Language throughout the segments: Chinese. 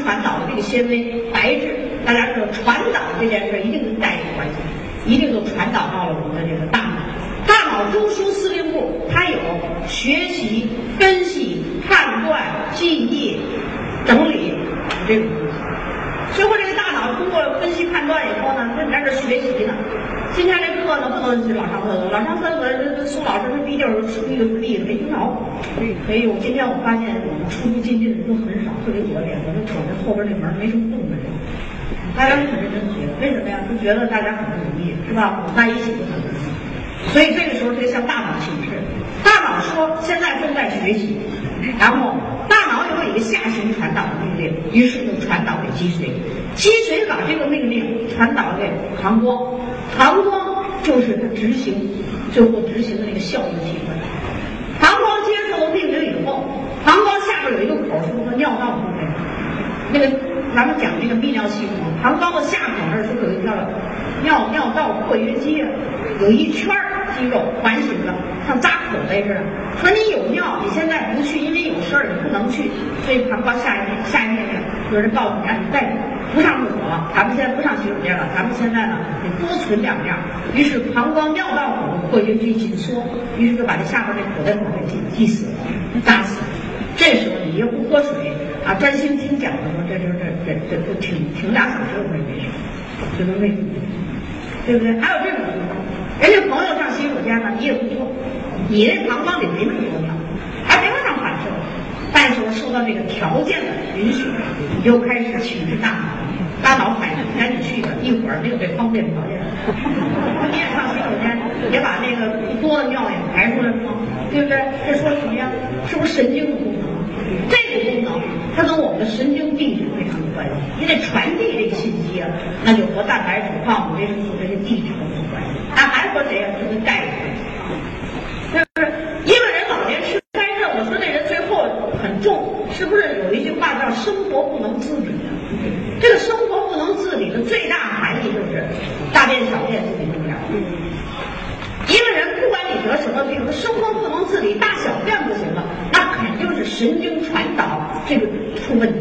传导的这个纤维白质，大家知道传导这件事一定跟带有关系，一定都传导到了我们的这个大脑。大脑中枢司令部它有学习、分析、判断、记忆、整理这种东西。最后这个大脑通过分析判断以后呢，它在这学习呢。今天这课呢不能去老上厕所，老上厕所苏老师他逼溜出一个例子没听着。所以今天我发现我们出进的人都很少，特别多点，我就瞅着后边这门没什么动的人，大家都很认真学，为什么呀？就觉得大家很不容易，是吧？我们在一起就很容易。所以这个时候就向大脑请示，大脑说现在正在学习，然后大脑有一个下行传导的命令，于是就传导给脊髓，脊髓把这个命令传导给膀胱，膀胱就是它执行最后执行的那个效率器官。膀胱接受了命令以后，膀胱下边有一个口，是不是尿道部位？那个咱们讲那个泌尿系统，膀胱的下口那儿是有一个叫尿道括约肌啊，有一圈肌肉环形的，像扎口袋似的。说你有尿，你现在不去，因为有事儿你不能去，所以膀胱下一面就是告诉你，让你再不上厕所了，咱们现在不上洗手间了，咱们现在呢得多存2样。于是膀胱尿道口括约肌紧缩，于是就把这下边这口袋口给挤死了，扎死了。这时候你又不喝水啊，专心听讲的时候，这就挺2小时我也没事，就能胃部，对不对？还有这种情况，人家朋友上洗手间呢，你也不说，你这膀胱里没那么多尿，还没往上反射，但是受到这个条件的允许，你就开始请示大脑，大脑反正赶紧去吧，一会儿没有这方便条件，你也上洗手间，也把那个多的尿也排出来吗？对不对？这说什么呀？是不是神经的功能？这个功能它跟我们的神经递质非常有关系，你得传递这个信息啊，那就和蛋白质、矿物质、维生素这些递质都有关系。那还和谁啊？就跟钙有关系，是不是？一个人老年痴呆症，我说这人最后很重，是不是有一句话叫生活不能自理啊？这个生活不能自理的最大含义就是大便小便自己弄不了。一个人不管你得什么病，生活不能自理，大小便不行了，那肯定是神经传导这个出问题，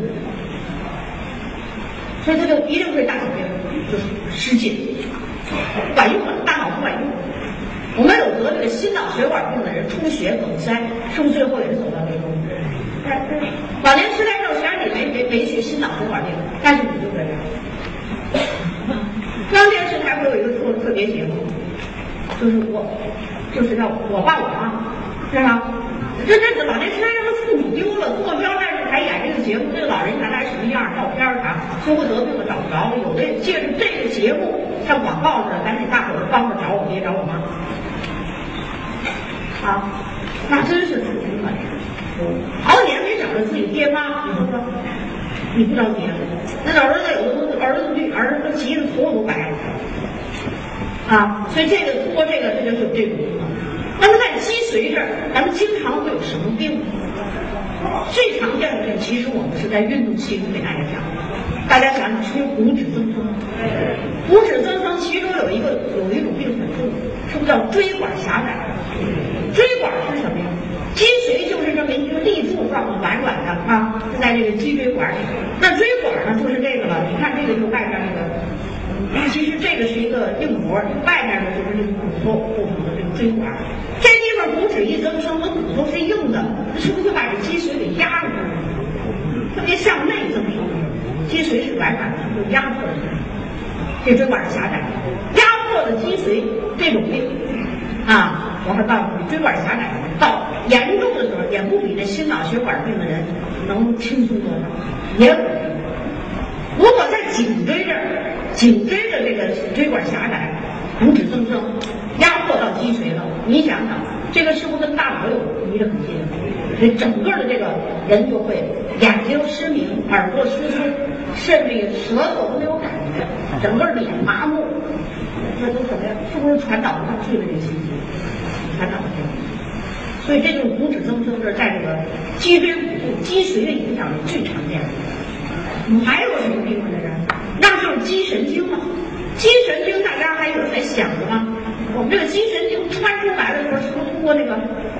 所以他就一定会大小便就是失禁，不管用了，大脑不管用。我们有得这个心脑血管病的人，出血梗塞，是不是最后也是走到这个路？老年痴呆症虽然你没去心脑血管病，但是你就这样。中央电视台会有一个特别节目。就是叫我爸我妈，是吧？这老年痴呆症的父母丢了，中央电视台演这个节目，这个老人原来什么样，照片啥，最后得病了找不着，有的借着这个节目像广告似的，赶紧大伙儿帮着找我爹找我妈，啊，那真是土听了，好几年没找着自己爹妈，你说说，你不着急啊？那儿子有的都儿子急得头都白了。啊，所以这个通过这就是有这种功能。那么在脊髓这儿，咱们经常会有什么病呢？最常见的病，其实我们是在运动系统给大家讲。大家想想，是不是骨质增生？骨质增生其中有一种病很重，是不是叫椎管狭窄？椎管是什么呀？脊髓就是这么一个立柱状的软的啊，是在这个脊椎管里。那椎管呢，就是这个了。你看这个就外边这个。其实这个是一个硬膜，外面的就是这个骨头构成的这个椎管。这地方骨质一增生，和骨头是硬的，是不是就把这脊髓给压着呢？特别向内增生，脊髓是软的，就压迫着。这椎管是狭窄，压迫的脊髓这种病啊，我还告诉你，椎管狭窄到严重的时候，也不比这心脑血管病的人能轻松多少，也可能。如果在颈椎这儿。颈椎的这个椎管狭窄，骨质增生，压迫到脊髓了。你想想，这个是不是跟大脑有离得很近？所以整个的这个人就会眼睛失明、耳朵失聪，甚至于舌头都没有感觉，整个脸麻木。这都什么呀？是不是传导不上去的这个信息？传导不上去。所以这种骨质增生是在这个脊椎骨头、脊髓的影响是最常见的。还有什么病呢？那就是肌神经了。肌神经大家还有在想着吗？我们这个肌神经穿出来的时候，是不是通过这个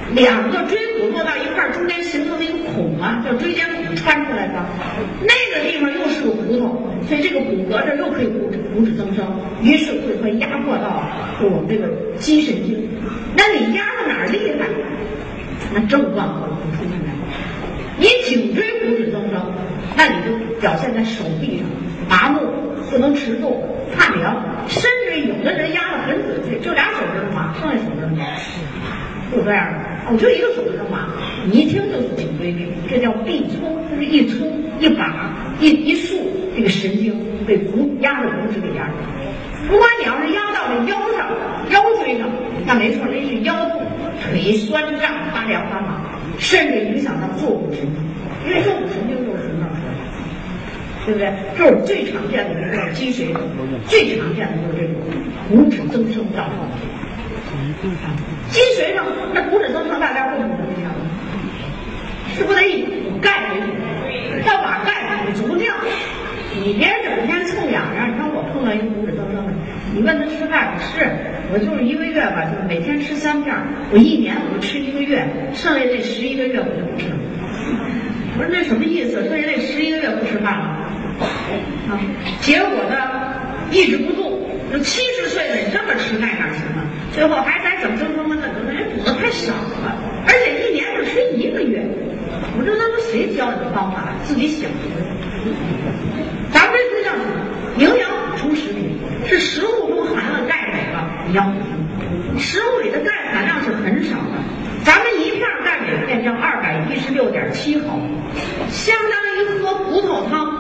两个椎骨落到一块儿，中间形成了一个孔啊，叫椎间骨穿出来的，那个地方又是个骨头，所以这个骨骼这又可以骨质增生，于是会压迫到就我们这个肌神经。那你压到哪儿厉害，那症状可能出现来。你颈椎骨质增生，那你就表现在手臂上，麻木，不能持重，怕凉，甚至有的人压得很准确，就俩手指头麻，剩下手指头麻，就这样的。我就一个手指头麻，你一听就是颈椎病，这叫臂冲，就是一冲一把一束，这个神经被压着骨质给压着。如果你要是压到了腰上、腰椎上，那没错，那是腰痛、腿酸胀、发凉发麻，甚至影响到坐骨神经，因为坐骨神经就是从那儿出来的，对不对？这是最常见的一个积水肿，最常见的就是这种骨质增生造成的。积水上那骨质增生，大家会不会印象？是不是得以钙为主？要把钙补足量。你别整天蹭痒痒，你看我碰到一个骨质增生的，你问他吃饭，是我就是1个月吧，就是每天吃3片，我1年我就吃1个月，剩下这11个月我就不吃了。我说那什么意思？剩下这11个月不吃饭了啊？结果呢，抑制不住，就70岁了，你这么吃钙哪行啊？最后还整增生了，人补的太少了，而且1年就吃1个月。我说那谁教你的方法？自己想的。咱们这叫什么？营养补充食品，是食物中含了钙镁了，你要补充。食物里的钙含量是很少的，咱们一片钙镁片叫216.7毫克，相当于喝骨头汤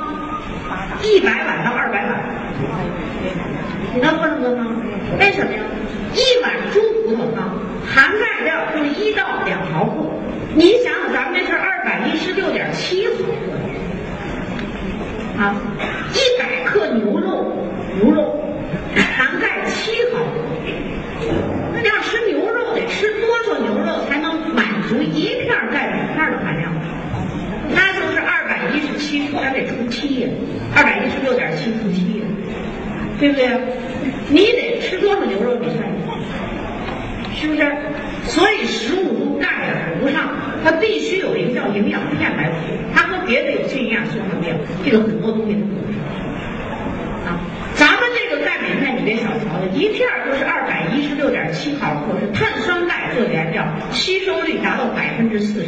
100碗到200碗。你能喝这么多汤？为什么呀？1碗猪骨头汤含钙量就是1到2毫克，你想想咱们这是216.7毫克。啊，100克牛肉含钙7毫克，那你要吃牛肉得吃多少牛肉才能满足1片钙镁片的含量？那就是217除，咱得除7呀，216.7除7呀，对不对？你得吃多少牛肉？你算一算，是不是？所以食物中钙补不上，它必须有一个叫营养片来补，它和别的有机营养素不一样，这个很多东西都补不上啊。咱们这个钙镁片你别小瞧了，一片就是216.7毫克，是碳酸钙做原料，吸收率达到40%。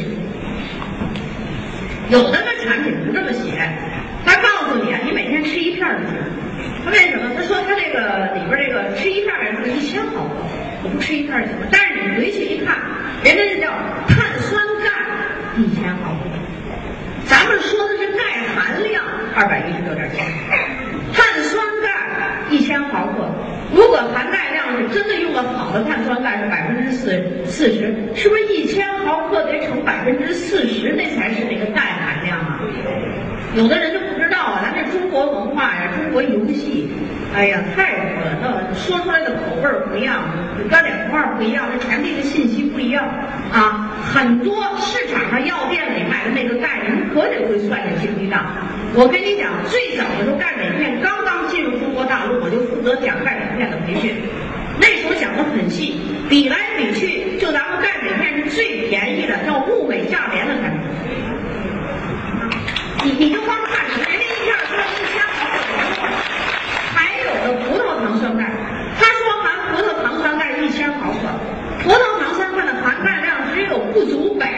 有的那产品不这么写，他告诉你啊，你每天吃1片就行。他为什么？他说他这个里边这个吃1片来说1000毫克，我不吃1片就行了。但是你回去一看，人家这叫碳酸钙1000毫克，咱们说的是钙含量216.7，碳酸钙1000毫克。如果含钙量是真的用的好的碳酸钙是40%，是不是1000毫克得乘40%，那才是那个钙含量啊？有的人就不知道啊，咱这中国文化呀，中国游戏，哎呀，太多了，那说出来的口味不一样，标点符号不一样，那传递的信息不一样啊。很多市场上药店里卖的那个钙，你可得会算这经济账。我跟你讲，最早的时候钙镁片刚刚进入中国大陆，我就负责讲钙镁片的培训，那时候讲的很细，比来比去，就咱们钙镁片是最便宜的，叫物美价廉的产品。你就光看人家一片说1000毫克，还有的葡萄糖酸钙，他说含葡萄糖酸钙1000毫克，葡萄糖酸钙的含钙量只有不足10%，9%，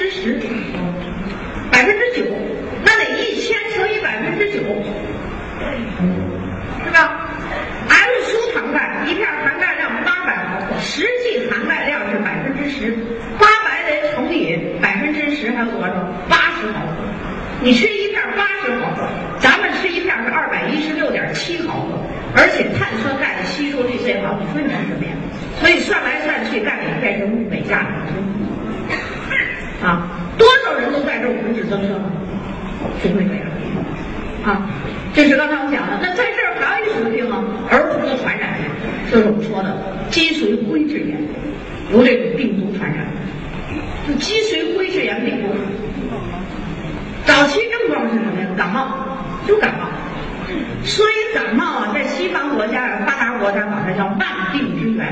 那得1000乘以9%，是吧 ？L 舒糖钙一片含钙量800毫克，实际含钙量是10%，800得乘以10%，还有多少？80毫克。你吃一片80毫克，咱们吃一片是216.7毫克，而且碳酸钙的吸收率最好，你说你是什么呀？所以算来算去，钙镁片是物美价廉啊！多少人都在这骨质增生啊？不会这样啊！这是刚才我讲的。那在这儿还有一什么病啊？儿童的传染病，就是我们说的脊髓灰质炎，由这种病毒传染，就脊髓灰质炎病毒。早期症状是什么呀？感冒，就感冒。所以感冒啊，在西方国家、发达国家把它叫万病之源。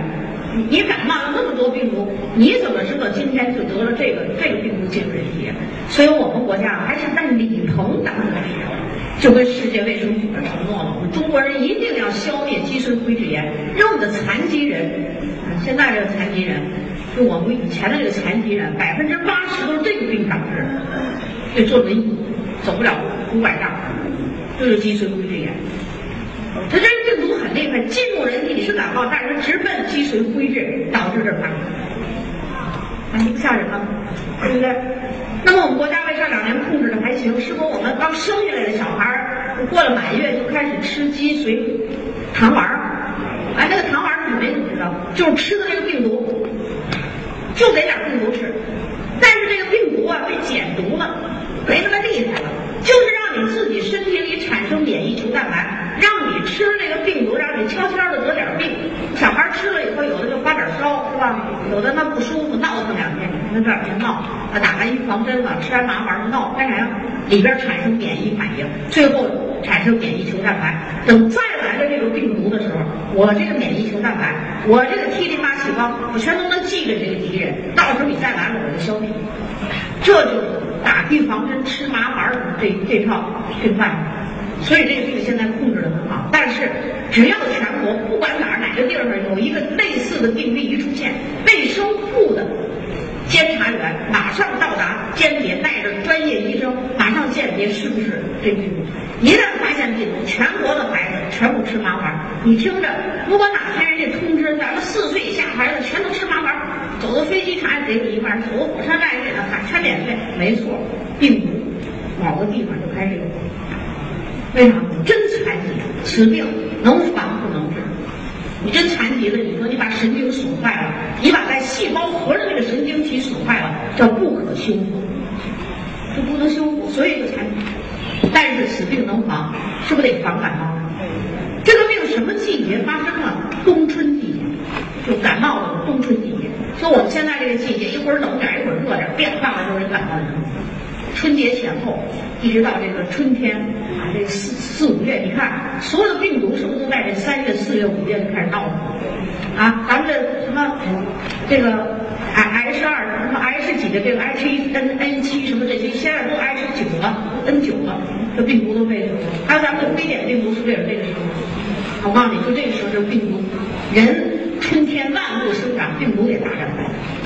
你感冒了那么多病毒，你怎么知道今天就得了这个病毒进入人体？所以我们国家还是在李鹏当时就跟世界卫生组织承诺了，我们中国人一定要消灭脊髓灰质炎，让我们的残疾人，现在这个残疾人，就我们以前的这个残疾人，80%都是这个病导致的，就坐轮椅，走不了路，拄拐杖，就是脊髓灰质炎。它这个病毒很厉害，进入人体你是感冒，但是直奔脊髓灰质，导致这发生，不吓人吗？对不对？那么我们国家为这2年控制的还行，是不是我们刚生下来的小孩过了满月就开始吃脊髓糖丸？那个糖丸是没怎么知道，就是吃的这个病毒，就给点病毒吃，但是这个病毒被减毒了，没那么厉害了，就是让你自己身体里产生免疫球蛋白，让你吃这个病毒，让你悄悄的得点病。小孩吃了以后，有的就发点烧，是吧？有的那不舒服，闹腾2天，你看这2天闹，打完预防针了，吃完麻丸闹，干啥呀？里边产生免疫反应，最后产生免疫球蛋白。等再来的这个病毒的时候，我这个免疫球蛋白，我这个 T 淋巴细胞，我全都能记着这个敌人，到时候你再来了，我就消灭。这就是打预防针、吃麻丸这套病办法。所以这个病现在控制得很好，但是只要全国不管哪个地方有一个类似的病例一出现，卫生部的监察员马上到达鉴别，带着专业医生马上鉴别是不是这病毒。一旦发现病毒，全国的孩子全部吃麻丸。你听着，如果哪天人家通知咱们4岁以下孩子全都吃麻丸，走到飞机场也给你1丸，走到火车站也给他喊全免费，没错，病毒某个地方就开始有。为啥？真残疾，此病能防不能治。你真残疾了，你说你把神经损坏了，你把在细胞核的这个神经体损坏了，叫不可修复，就不能修复，所以就残疾。但是此病能防，是不是得防感冒？这个病什么季节发生了？冬春季节，就感冒的冬春季节。说我们现在这个季节，一会儿冷点，一会儿热点，变化的就是感冒的人。春节前后，一直到这个春天这个4、5月，你看所有的病毒是不是都在这3月、4月、5月就开始闹了？咱们这什么这个 H2 什么 H 几的这个 H1N7 什么这些，现在都 H9了 N9了，这病毒都被还有咱们的非典病毒是不是也是这个时候？我告诉你，就这个时候这病毒，人春天万物生长，病毒也打上来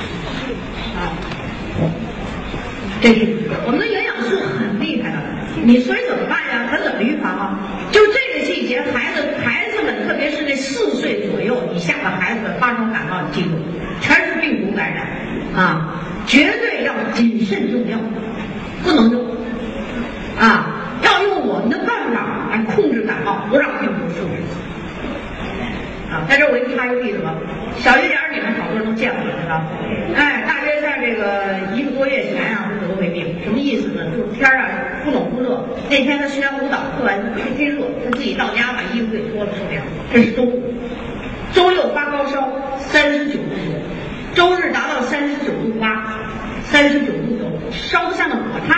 这是我们的营养素很厉害的，你所以怎么办呀？咱怎么预防啊？就这个季节，孩子们，特别是这4岁左右以下的孩子发生感冒，你记住，全是病毒感染绝对要谨慎用药，不能用要用我们的办法来控制感冒，不让病毒复制。在这我给你插一个例子吧，小一点你们好多人都见过了，知道？大约在这个1个多月前我得过胃病，什么意思呢？就是天不冷不热，那天他学完舞蹈课完忒热，他自己到家把衣服给脱了受凉。这是周5，周6发高烧39度9，周日达到39度8、39度9，烧得像个火炭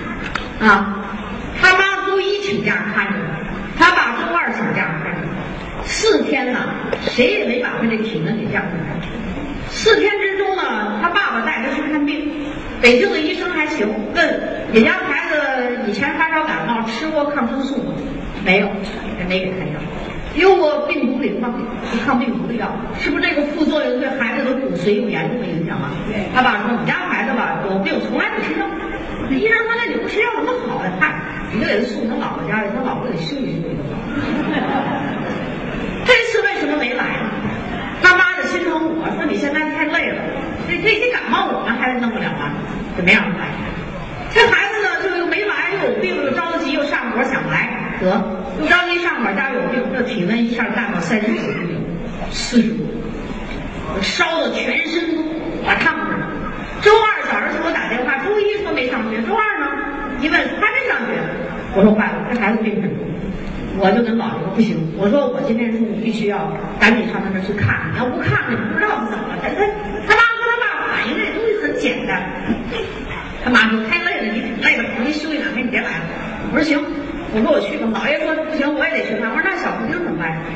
他妈周1请假看着他爸周2请假看着4天呢，谁也没把他这个体温给降下来。4天之中呢，他爸爸带他去看病，北京的医生还行，问你家孩子以前发烧感冒吃过抗生素吗？没有，也没给他药。用过病毒灵吗？抗病毒的药，是不是这个副作用对孩子的骨髓有严重的影响啊？他爸说你家孩子吧有病从来不吃药。医生说那你不吃药怎么好呀？你就给他送他姥姥家里，他姥姥给修一修就好。这次为什么没来呢？他妈的心疼我说你现在太累了，这感冒我们还弄不了吗？就没让他来。这孩子呢就又没来，又有病，又着急，又上火想来，得又着急上火加有病，这体温一下干到39度40度，烧的全身都火烫着呢。周2早上给我打电话，周1说没上学，周2呢？一问还没上学，我说坏了，这孩子病很重。我就跟姥爷说不行，我说我今天中午必须要赶紧上他那去看，你要不看你不知道他怎么了。他妈和他爸反应这东西很简单。他妈说太累了，你挺累的，我给你休息2天，你别来了。我说行，我说我去吧。姥爷说不行，我也得去看。我说那小布丁怎么办？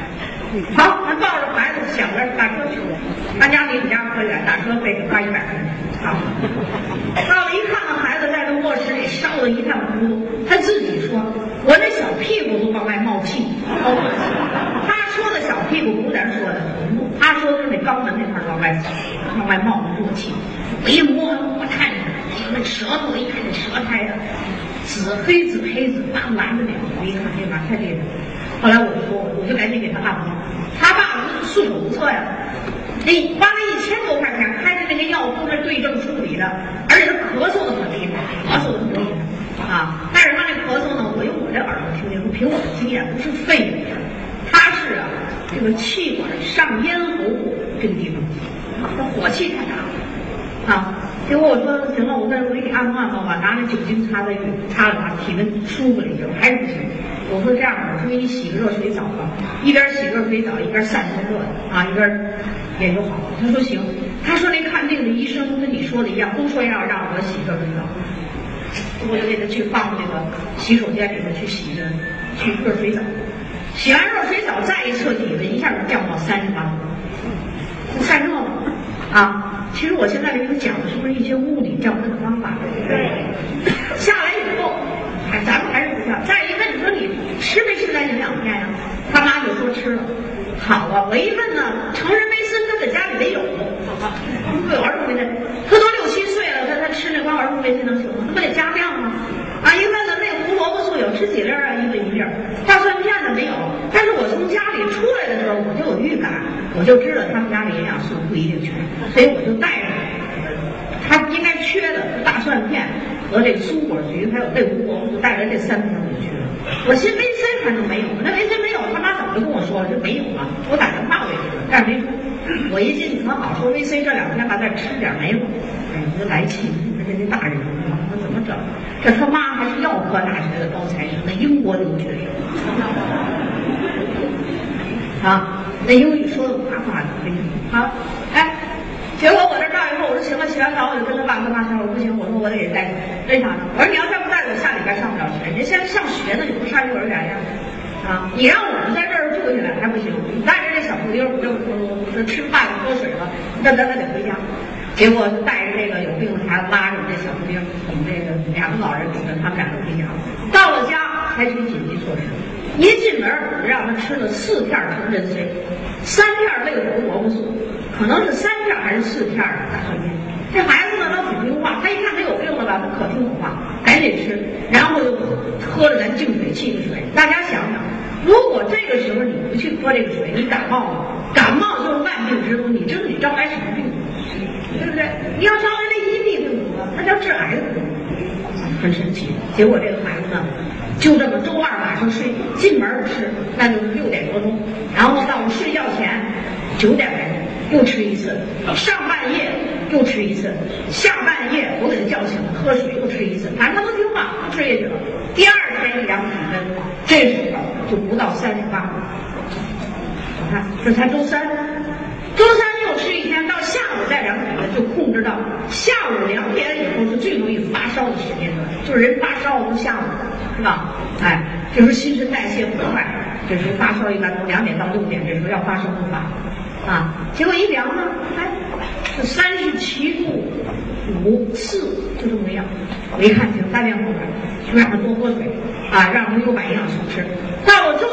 好，他抱着孩子想着打车去，他家离我们家可远，打车费花100块钱。好，到了一看到孩子在这卧室里烧得一塌糊涂，他自己说：“我那小屁股都往外冒气。”他说的小屁股不是咱说的，他说的是那肛门那块往外冒热气。我一摸，我看着那舌头，一看这舌苔啊，紫黑紫斑蓝的那种，我一看，哎呀妈，太厉害了。后来我就赶紧给他按摩，他爸束手无策呀。你花了1000多块钱开的那个药都是对症处理的，而且他咳嗽的很厉害，啊！但是他那咳嗽呢，我用我这耳朵听听，凭我的经验，不是肺的事，他是啊这个气管上咽喉部这个地方，他火气太大了啊。结果我说行了，我给你按摩按摩吧，拿那酒精擦了擦，体温舒服了一阵，还是不行。我说这样吧，我说给你洗个热水澡吧，一边洗热水澡一边散热热的啊，一边也就好了。他说行，他说那看病的医生跟你说的一样，都说要让我洗热水澡，我就给他去放这个洗手间里头去洗热水澡，洗完热水澡再一测体温，一下就降到38度，散热了啊。其实我现在给你们讲的是不是一些物理降温的方法？对，下来以后，哎，咱们还是不下。再一问，你说你吃没吃咱营养片呀？他妈就说吃了。好啊，我一问呢，成人维 C 他在家里得有，不有儿童维 C，他都6、7岁了，他吃那光儿童维 C 能行吗？他不得加量吗？啊，一问呢，那胡萝卜素有吃几粒啊？一问1粒，大蒜片呢没有。但是我从家里出来的时候，我就有预感，我就知道他们家里营养素不一定全，所以我就带着他应该缺的大蒜片和这个苏果菊还有类胡萝卜，就带着这3瓶我就去了。我寻维 C 反正没有，那维 C 没有，他妈早就跟我说了，就没有了。我打电话我也知道，但是没说。我一进去可好，说维 C 这2天吧再吃点没了，哎，我就来气，你说这大人我怎么整？这他妈还是药科大学的高材生，那英国留学生啊，那英语说的麻花的，好，哎，结果我这照以后，我说行了，洗完澡我就跟他爸跟妈说，我说不行，我说我得给带走，为啥呢？我说你要再不带走，下礼拜上不了学，人现在上学呢，你不上幼儿园呀？啊，你让我们在这儿住下来还不行，你带着这小布丁，我吃饭喝水了，那咱得回家。结果就带着这个有病的孩子，拉着我们这小布丁，我们这个2个老人领着他们2个回家。到了家，采取紧急措施，一进门让他吃了4片成人 C， 3片类胡萝卜素，可能是3片还是4片大蒜片。这孩子呢，他挺听话，他一看他有病了吧，他可听我话，赶紧吃，然后就喝着咱净水器的水。大家想想，如果这个时候你不去喝这个水，你感冒了，感冒就是万病之母，你知道你招来什么病？对不对？你要招来那1病病毒，那叫致癌的病毒，很神奇。结果这个孩子呢，就这么周2晚上睡，进门吃，那就是6点多钟，然后到我睡觉前9点来又吃一次，上半夜又吃一次，下半夜我给他叫醒了，喝水又吃一次，反正他都听话，都吃下去了。第2天量体温，这时候就不到38度。我看这才周3又吃1天，到下午再量体温，就控制到下午2点以后是最容易发烧的时间段，就是人发烧都下午，是吧？哎，这时候新陈代谢不快，这时候发烧一般从2点到6点，这时候要发生不发啊？结果一量呢，哎，是37度5、4，就这么个样。我一看行，3天后来就让他多喝水啊，让他多把营养素吃。到了周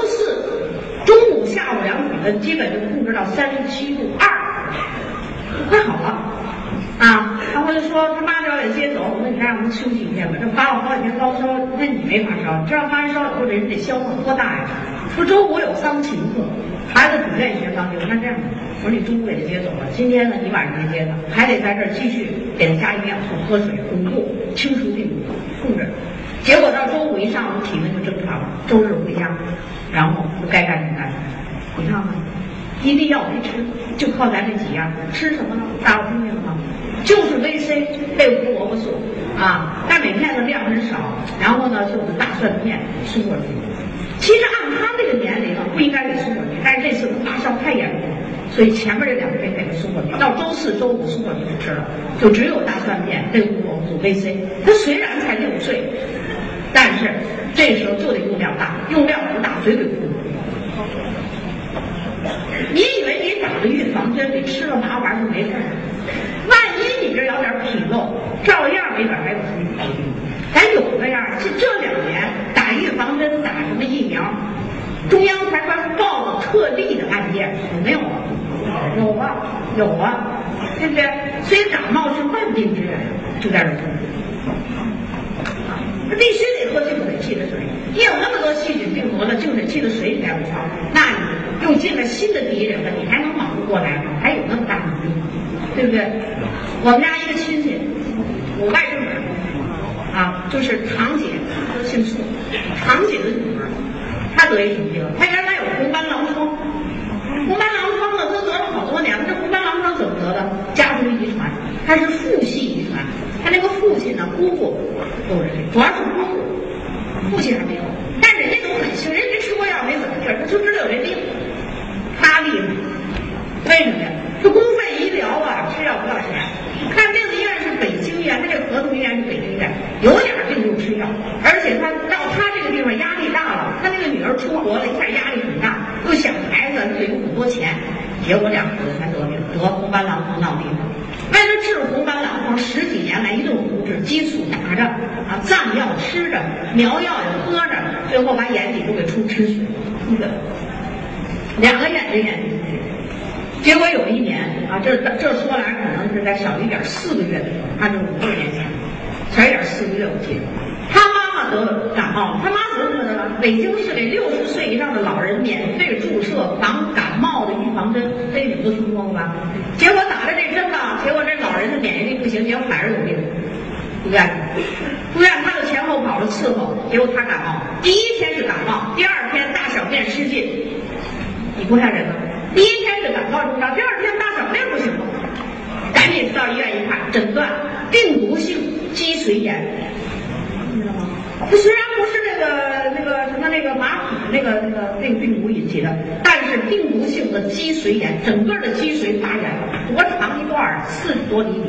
4中午、下午量体温，基本就控制到37度2，快好了啊！然后就说他妈就要给接走，我说你让我们休息1天吧，这发了好几天高烧，那你没发烧，这要发完烧以后这人得消耗多大呀？说周5有钢琴课，孩子挺愿意学钢琴，那这样，我说你中午给他接走了，今天呢你晚上别接他，还得在这儿继续给他加营养素，喝水，巩固清除病毒，控制。结果到周5一上午体温就正常了，周日回家，然后就该干什么干什么。你看看，一粒药没吃，就靠咱这几样，吃什么呢？大伙听见了吗？就是维 C 类胡萝卜素啊，但每片的量很少，然后呢就是大蒜片、苏果菊。其实按他这个年龄呢，不应该给苏果菊，但是这次他发烧太严重了，所以前面这2天给了苏果菊。到周4、周5苏果菊不吃了，就只有大蒜片、类胡萝卜素、维 C。他虽然才6岁，但是这时候就得用量大，用量不大，嘴嘴不你以为你打了预防针，你吃了麻丸就没事儿？万一你这有点纰漏，照样没准还有什么毛病。咱有这样，这2年打预防针、打什么疫苗，中央才说是报了特例的案件，有没有啊？有啊，对不对？所以感冒是万病之源，就在这儿。那必须得喝净水器的水，你有那么多细菌病毒了，净水器的水你还不好，那你又进了新的敌人了，你还能忙得过来吗？还有那么大能力吗？对不对？我们家一个亲戚，我外甥女啊，就是堂姐，姓宋，堂姐的女儿，她得一什么病？她原来有红斑狼疮，红斑狼疮呢，她得了好多年了。这红斑狼疮怎么得的？家族遗传，它是父系遗传。他那个父亲呢，姑姑都是这，主要是姑姑，父亲还没有。但人家都很幸，人家吃过药没怎么地儿，他就知道有这病。他厉害，为什么呀？这公费医疗啊，吃药不要钱。看病的医院是北京医院，他这个合同医院是北京医院，有点病就吃药，而且他到他这个地方压力大了，他那个女儿出国了，一下压力很大，又想孩子，得有很多钱，结果2口子全得病，得红斑狼疮闹病了。为了治红斑狼疮，10几年来一顿胡治，激素打着啊，藏药吃着，苗药也喝着，最后把眼底都给出吃血，2个眼睛出血。结果有一年啊，这说来可能是在小一点4个月的时候，他就50多年前，小一点4个月我记得，他妈妈得了感冒，他妈怎么得的？北京市给60岁以上的老人免费注射防感冒的预防针，这你们都听说过吧？结果打了这针吧，结果这老人的免疫力不行，结果还是有病，住院，他就前后跑了伺候，结果他感冒，第1天是感冒，第2天大小便失禁，你不骗人吗？第1天是感冒中招，第2天大小便不行了，赶紧到医院一看，诊断病毒性积水眼，你知道吗？这虽然不是那个马匹那个病毒引起的，但是病毒性的积水眼，整个的积水发炎，多长一段？40多厘米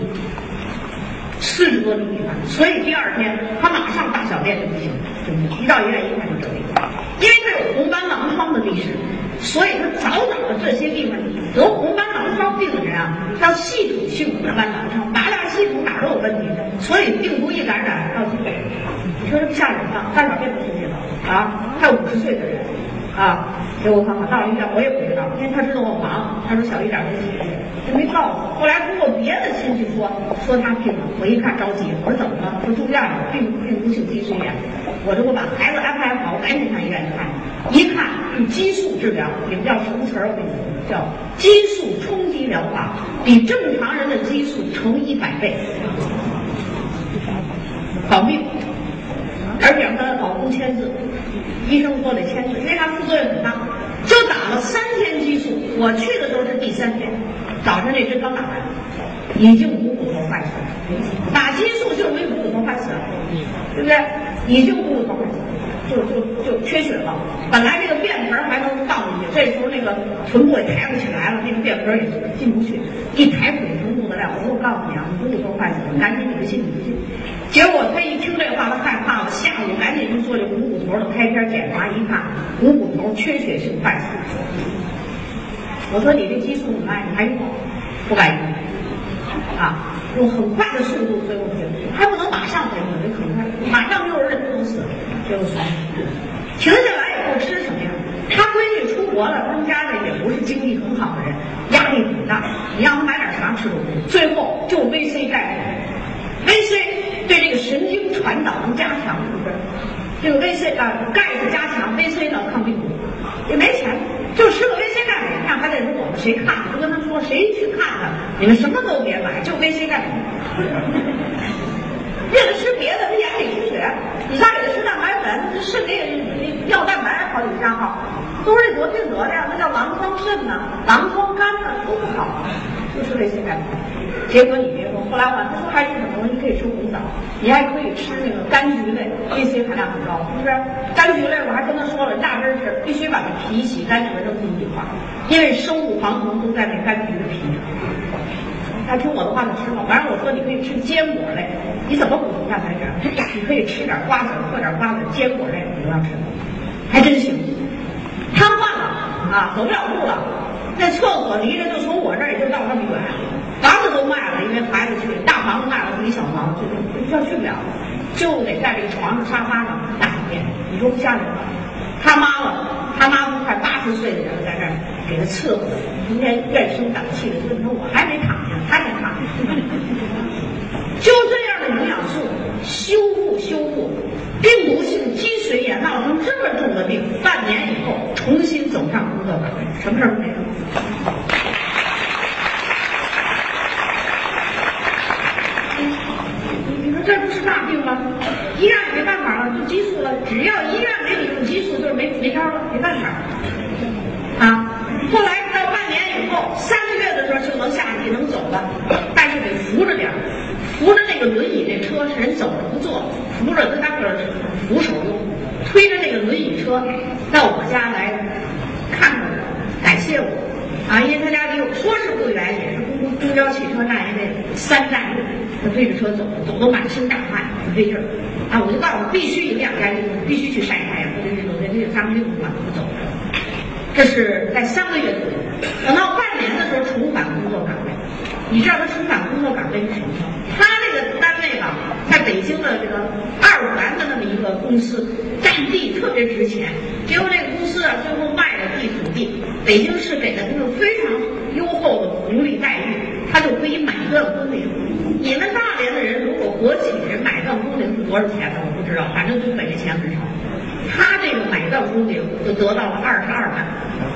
，40多厘米吧。所以第2天他马上大小便就不行，一到医院一看就得病，因为他有红斑狼疮的历史。所以他早的这些地方得红斑狼疮病的人啊，叫系统性红斑狼疮，哪系统哪都有问题，所以病毒一感染到基本，你说这不吓人吗？大小便不清洁了啊，还有50岁的人啊，给我看看，到了医院我也不知道，因为他知道我忙，他说小一点就几个月，就没告诉我。后来通过别的亲戚说他病了，我一看着急，我说怎么了？说住院了，病毒性积水眼。我说我把孩子安排好，我赶紧上医院去看。一看用激素治疗，你们叫什么词儿？我跟你说，叫激素冲击疗法，比正常人的激素乘100倍，保命。而且让她老公签字，医生说得签字，因为他副作用很大。就打了3天激素，我去的时候是第3天，早上那针刚打完，已经股骨头坏死了。打激素就容易股骨头坏死，对不对？已经股骨头坏死，就缺血了。本来这个便盆还能放进去，这时候那个臀部也抬不起来了，那个便盆也进不去，一抬腿臀部的量。我告诉你啊，你股骨头坏死了，赶紧你不信你不信。结果他一听这话，他害怕了，下午赶紧去做这股骨头的开片检查，一看股骨头缺血性坏死。我说你这激素怎么办？你还用？不敢用啊，用很快的速度恢复血，还不能马上恢复，得很快，马上60人都死了。结果停下来以后吃什么呀？他闺女出国了，他们家里也不是经济很好的人，压力挺大，你让他买点啥吃都不行，最后就 VC 钙，VC 对这个神经传导能加强，是不是？这个 VC 钙是加强 ，VC 呢抗病毒，也没钱，就吃个 VC 钙没看，还得说我们谁看？就跟他说谁去看他，你们什么都别买，就 VC 钙。为了吃别的，他眼里出血，你再给他吃蛋白粉，这肾里尿蛋白好几千号，都是得病得的呀，那叫狼疮肾呢，狼疮肝呢都不好，就吃 VC 钙。结果你别说，后来他说还吃什么？你可以吃红枣，你还可以吃那个柑橘类 ，VC 含量很高，是不是？柑橘类我还跟他说了，压根儿是必须把这皮洗干净了扔进去化，因为生物黄酮都在那柑橘的皮上。他听我的话就吃了，完了我说你可以吃坚果类，你怎么补充蛋白质？你可以吃点瓜子，喝点瓜子，坚果类你都要吃，还真行。瘫痪了啊，走不了路了， 那厕所离着就从我这儿也就到那么远，房子都卖了，因为孩子去，大房子卖了，一小房子就去不了，就得在这个床上沙发上大小便，你说不吓人吗？他妈都快80岁的人在这儿给他伺候，今天怨声载气的，就说我还没躺下，他才躺下。就这样的营养素修复，病毒性积水眼闹成这么重的病，半年以后重新走上工作岗位，什么事儿都没有。你说这不是大病吗？医院也没办法了，用激素了。只要医院没你用激素，就是没招了，没办法。啊，后来到半年以后，3个月的时候就能下地能走了，但是得扶着点儿，扶着那个轮椅那车是人走着不坐，扶着他当个扶手用，推着那个轮椅车到我家来看看我，感谢我。啊，因为他家离我说是不远，也是公交汽车站，因为3站路，他推着车走得满身大汗，不费劲儿。啊，我就告诉他必须有2天运动，必须去晒太阳，或者运动，这3个运动馆不走。这是在3个月左右，等到半年的时候重返工作岗位。你知道他重返工作岗位是什么吗？他这个单位吧，在北京的这个2环的那么一个公司，占地特别值钱。结果这个公司啊，最后卖了地土地，北京市给了他们非常优厚的福利待遇，他就可以买断工龄。你们大连的人如果国企人买断工龄是多少钱呢？我不知道，反正东北这钱很少。他这个买断工龄就得到了22万。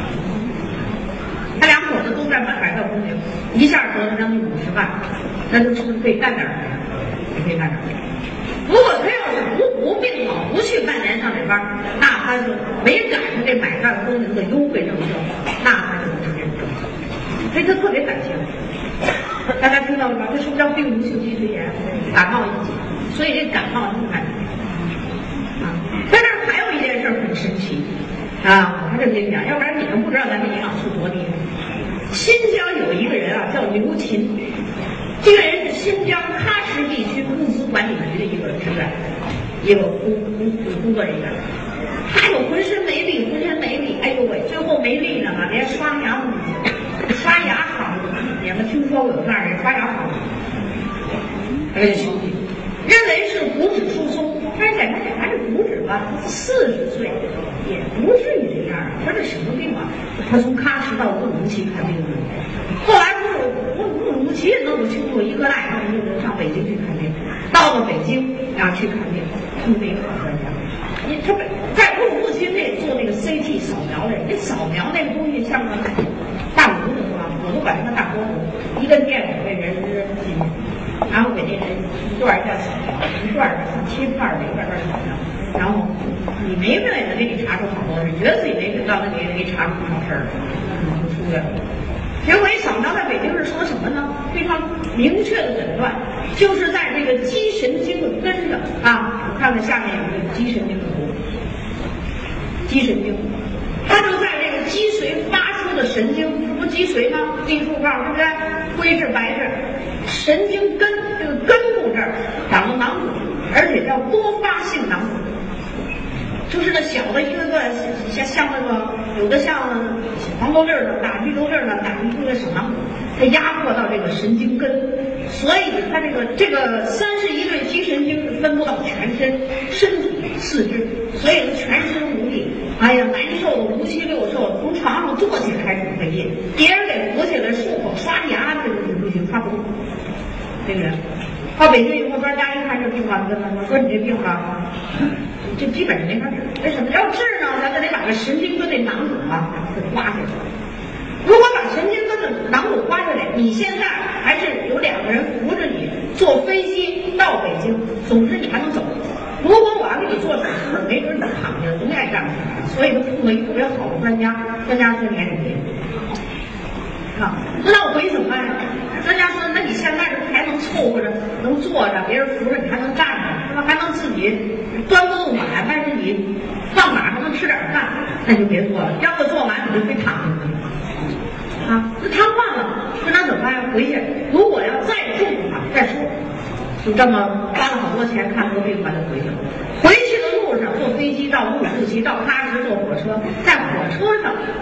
他2口子都在买断工龄，一下得了将近50万，那就是可以干点儿，也可以干点儿。如果他要是不病好，不去半年上这班，那他就没赶上这买断工龄的优惠政策，那他就不是这种政策。所以他特别感谢我。大家听到了吧？这什么叫病毒性积水炎？感冒引起，所以这感冒就看啊。在这儿还有一件事很神奇啊，我还是跟你讲，要不然你们不知道咱这营养素多厉害。新疆有一个人啊，叫刘琴，这个人是新疆喀什地区物资管理局的一个职员，一个工作人员。他就浑身没力，哎呦喂，最后没力了嘛，连刷牙都不行，刷牙好，你们听说过有这样人刷牙好，他就休息，认为是骨质疏松，但是检查这骨质吧，40岁也不至于这样。他这什么病啊？他从喀什到乌鲁木齐看病，后来乌鲁木齐也弄不清楚，一个大夫就上北京去看病，到了北京啊去看病，碰见一个好专家。他在乌鲁木齐那做那个 CT 扫描的，你扫描那个东西像个大炉子是吧？我都管它叫大锅炉，一根电筒给人进去，然后给那人一段一段扫描，一段像切片的一段扫描，然后你没病也能给你查出好多事，觉得自己没病，到那里给查出不少事儿，就出来了。结果一扫描在北京是说什么呢？非常明确的诊断，就是在这个肌神经的根上啊，我看看下面有这个肌神经的图，肌神经，它就在这个脊髓发出的神经，这不脊髓吗？地柱上是不是灰质白质？神经根这个根部这儿长了囊肿，而且叫多发性囊肿。就是那小的一个个像那个有的像黄豆粒儿那么大，绿豆粒儿那么大，一个小囊肿，它压迫到这个神经根，所以它这个31对肌神经分布到全身、身体、四肢，所以它全身无力，哎呀难受的无七六瘦，从床上坐起来开始费劲，别人给扶起来漱口刷牙，这个不行，他不。这个人到北京以后，专家一看这病啊，跟他说你这病啊。这基本上没法治，为什么要治呢？咱得把这神经根那囊肿啊给刮下来。如果把神经根的囊肿刮下来，你现在还是有2个人扶着你坐飞机到北京，总之你还能走。如果我要给你做手术，没准你躺下永远站不起来。所以他碰到一个特别好的专家，专家说你还得回啊，那我回去怎么办呀？专家说，那你现在这还能凑合着，能坐着，别人扶着，你还能站着，是吧？还能自己端不动碗，但是你放哪还能吃点饭，那就别做了。要不做完你就非躺下去啊，那瘫痪了，那怎么办呀？回去如果要再重的话再说。就这么花了好多钱看个病，把他回去了。回去的路上坐飞机到乌鲁木齐，到喀什坐火车，在火车上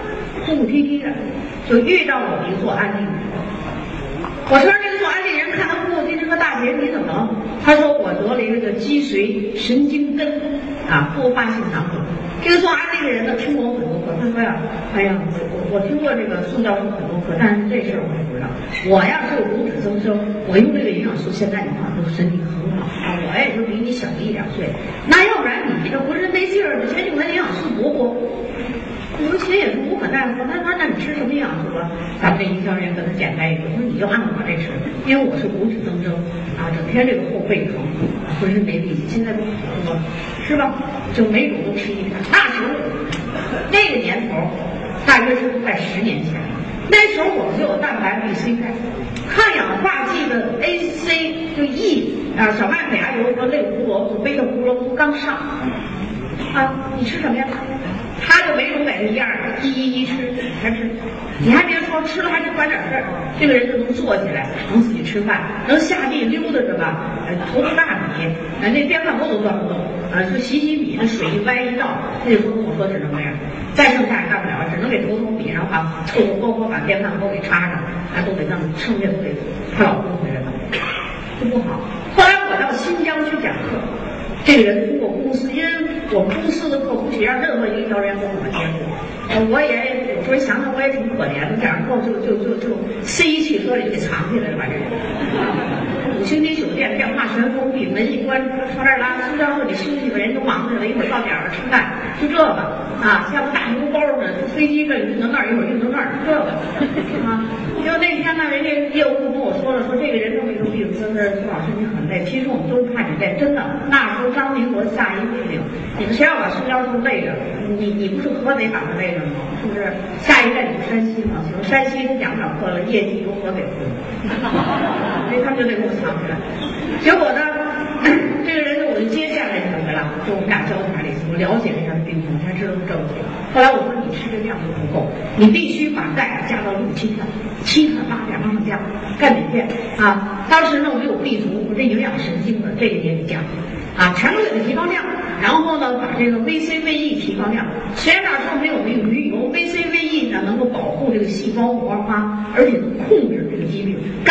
哭哭啼啼的，就遇到我一个做安利的。我说这个做安利人看他哭哭啼啼说大姐你怎么了？他说我得了一个脊髓神经根多发性囊肿。这个做安利的人呢听过我很多课，他说呀，哎呀，我听过这个宋教授很多课，但是这事儿我不知道。我要是有骨质增生，我用这个营养素，现在你看都身体很好啊，我也就比你小1、2岁。那要不然你这浑身没劲儿，先用咱营养素补补。我说钱也是无可奈何。他说那你吃什么营养素啊？咱们这营销人员跟他简单一说，说你就按我这吃，因为我是骨质增生整天这个后背疼，浑身没力气，现在不好多是吧？就每种都吃一片。那时候那个年头，大约是快10年前，那时候我们就有蛋白 B、C 钙，抗氧化剂的 A、C 就 E 小麦胚芽油和类胡萝卜、贝塔胡萝卜刚上你吃什么呀？他就每种每个一样，一吃，还吃。你还别说，吃了还能管点事儿。这个人就能坐起来，能自己吃饭，能下地溜达着吧，头大米，那电饭锅都端不动说洗米，那水一歪一倒，他就跟我说只能这样，再剩下也干不了，只能给头米，然后凑凑合合把电饭锅给插上，都得让剩下都得她老公回来了，就不好。后来我到新疆去讲课。这个人通过公司，因为我们公司的课不许让任何营销人员跟我们接触，我也有时候想想我也挺可怜的，讲课就塞一汽车里给藏起来了吧这人。5星级酒店电话全封闭，门一关，朝这儿拉，苏教授你休息吧，人都忙着了，一会儿到点了吃饭，就这个像个大邮包呢，飞机这运到那儿，一会儿运到那儿，就这个就那天呢，人家业务部跟我说了，说这个人这么一个病，说是苏老师你很累，其实我们都怕你累，真的。那时候张明国下一命令，你们谁要把苏教授累着，你不是河北把他累着吗？是不是？下一站你们山西嘛，行，山西他讲不了课了，业绩由河北负，所以他们就得给我藏起来。结果呢，这个人呢，我就接下来怎么了？就我们俩交谈了一次，我了解了一下病情，才知道是这个病。后来我说你吃这量就不够，你必须把钙加到6、7片，7片8片往上加，钙镁片当时呢我有 B 族，我这营养神经的这个也得加全都给它提高量，然后呢把这个 VC、VE 提高量。实验上说没有鱼油 VC、VE 呢能够保护这个细胞膜而且能控制这个疾病。钙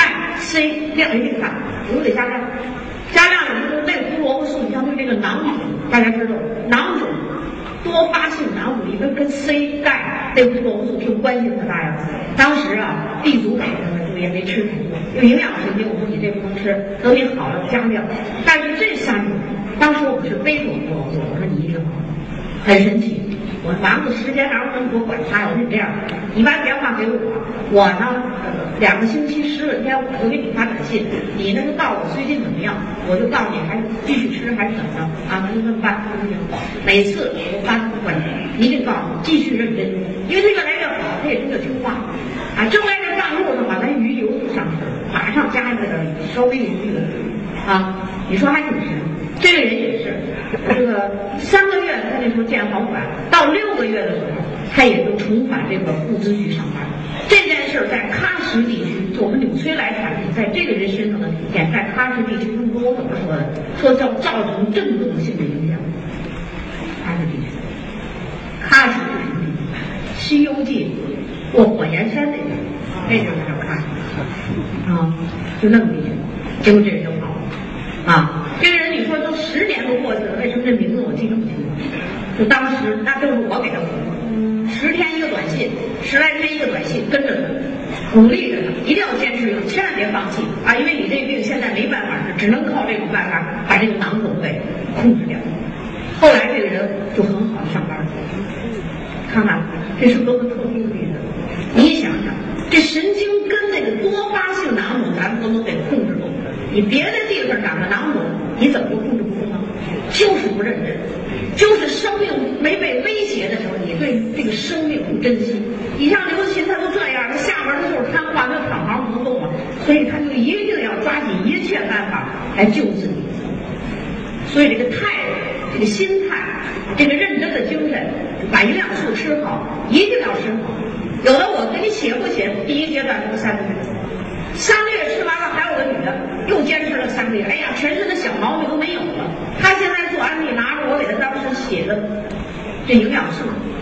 C 量也得大，我得加量。加量有就是类胡萝卜素，你像对这个囊肿，大家知道囊肿。多发性囊肿跟 C 钙类胡萝卜素是关系特大呀。当时B 族给他们也没吃太多，有营养神经，我说你这不能吃，等你好了加量。但是这3种，当时我们是贝塔胡萝卜素，我说你一定好，很神奇。我忙的时间哪有那么多管他呀？我说你这样，你把电话给我呢2个星期10天我就给你发短信，你呢就告诉我最近怎么样，我就告诉你还是继续吃还是怎么着那就这么办，行不行？每次我发短信，一定告诉我继续认真，因为他越来越好，他也真的听话正在这半路上把咱鱼油就上市了，马上加一点稍微有这个你说还挺神。这个人也是，这个3个月他那时候见好转，到6个月的时候，他也就重返这个物资局上班。这件事在喀什地区，就我们纽崔莱产品在这个人身上的体现，在喀什地区中国怎么说的？说叫造成震动性的影响。喀什地区，喀什是什么地方？《西游记》过火焰山那边，那就是叫喀什就那么地方。结果这人就跑了这个人你说都10年都过去了，为什么这名字我记这么清楚？就当时那就是我给他服务，10天一个短信，10来天一个短信，跟着他，鼓励着他，一定要坚持用，千万别放弃因为你这病现在没办法治，只能靠这种办法把这个囊肿给控制掉。后来这个人就很好的上班了，看看这是多么特殊的例子。你想想，这神经根那个多发性囊肿，咱们都能给控制住。你别的地方长个囊肿，你怎么就控制不住呢？就是不认真，就是生命没被威胁的时候，你对这个生命不珍惜。你像刘琴，他都这样，他下边他就是瘫痪，他躺行不动了，所以他就一定要抓紧一切办法来救自己。所以这个态度、这个心态、这个认真的精神，把营养素吃好，一定要吃好。有的我给你写不写，第一阶段就是3个月。3个月吃完了，还有个女的又坚持了3个月，哎呀，全身的小毛病都没有了。她现在做安利，拿着我给她当时写的这营养素，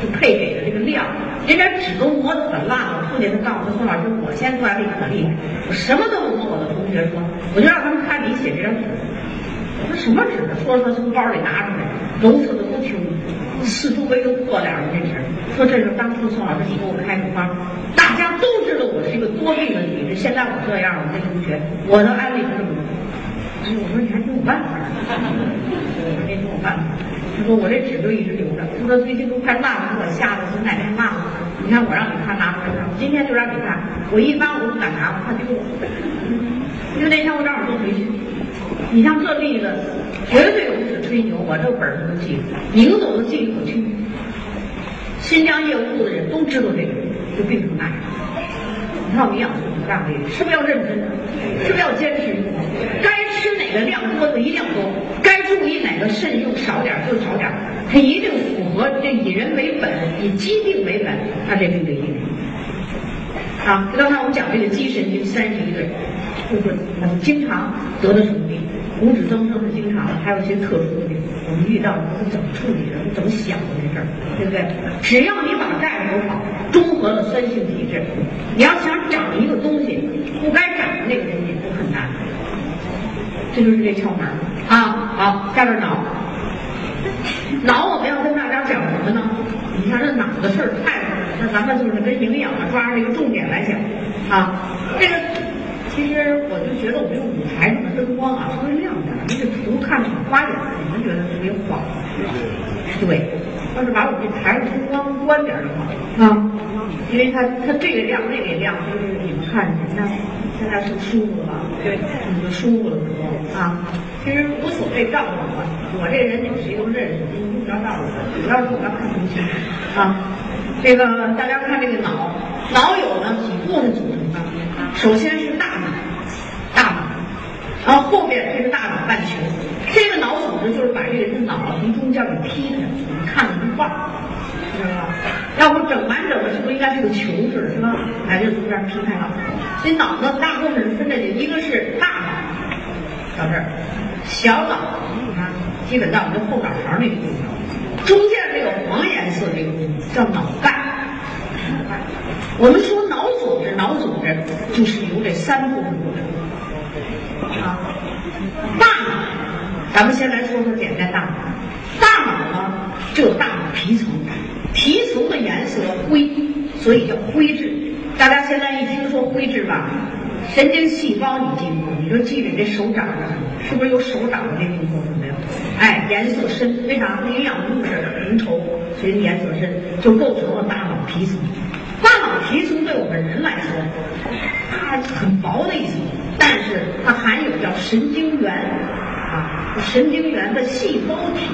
就配给的这个量，人家纸都磨得很烂了。父亲他告诉他宋老师，我先专利可厉害，我什么都能跟我的同学说，我就让他们看你写这张纸。我说什么纸？说他从包里拿出来，揉搓的不轻，四周围都破脸了。这纸说这是当初宋老师你给我开处方，大家都知道我是一个多病的体质，现在我这样，我这同学我的安利是这么多。哎，我说你还挺有办法。我说你挺有办法。他说我这纸就一直留着。他说最近都快烂了，我吓得从哪天烂了。你看我让你看拿出来，我今天就让你看。我一般我不敢拿，我怕丢了。因为那天我正好做培训，你像这例子，绝对不是吹牛，我这本儿都记住，明总都记一口气。新疆业务部的人都知道这个，就病成那样。你看我们营养素不干这个，是不是要认真？是不是要坚持？该吃哪个量多就一定多，该注意哪个慎用少点就少点，它一定符合这以人为本、以疾病为本，它这病就一定。啊，刚才我们讲这个肌神经31对，就是我们经常得的什么病，红脂增生是经常的，还有一些特殊的病，我们遇到是怎么处理的，怎么想的这事儿，对不对？只要你把钙补好，中和了酸性体质，你要想长一个东西，不该长的那个东西都很难，这就是这窍门啊。好，下边脑，脑我们要跟大家讲什么呢？你看这脑的事儿太多了，那咱们就是跟营养抓着这个重点来讲啊。这个其实我就觉得我们这个舞台上的灯光啊稍微亮点，那个图看着很花眼，你们觉得特别晃？对，要是把我们这台上灯光关点就好啊，因为它这个亮那个亮，就是你们看那现在是舒服了吧？对，你就舒服了很多啊。其实无所谓照顾我这人你们谁都认识，你用不着照顾我，主要是我要看东西啊。这个大家看这个脑有呢几部分组成的，首先是大脑，然后后边这是大脑半球，这个脑组织就是把这个脑从中间给劈开，我们看了一半，知道吧？要不整完整的是不是应该是个球似的，是吧？哎，这中间劈开了，所以脑呢大部分是分这里，一个是大脑到这儿，小脑你看基本到我们这后脑勺那个地方，中间这个黄颜色这个部分叫脑干。我们说脑组织就是由这三部分组成啊。大脑，咱们先来说说简单大脑。大脑呢就有大脑皮层，皮层的颜色灰，所以叫灰质。大家现在一听说灰质吧，神经细胞你记住，你就记着这手掌上是不是有手掌的这个部分没有？哎，颜色深，为啥？营养物质浓稠，所以颜色深，就构成了大脑皮层。大脑皮层对我们人来说，它很薄的一层，但是它含有叫神经元啊，神经元的细胞体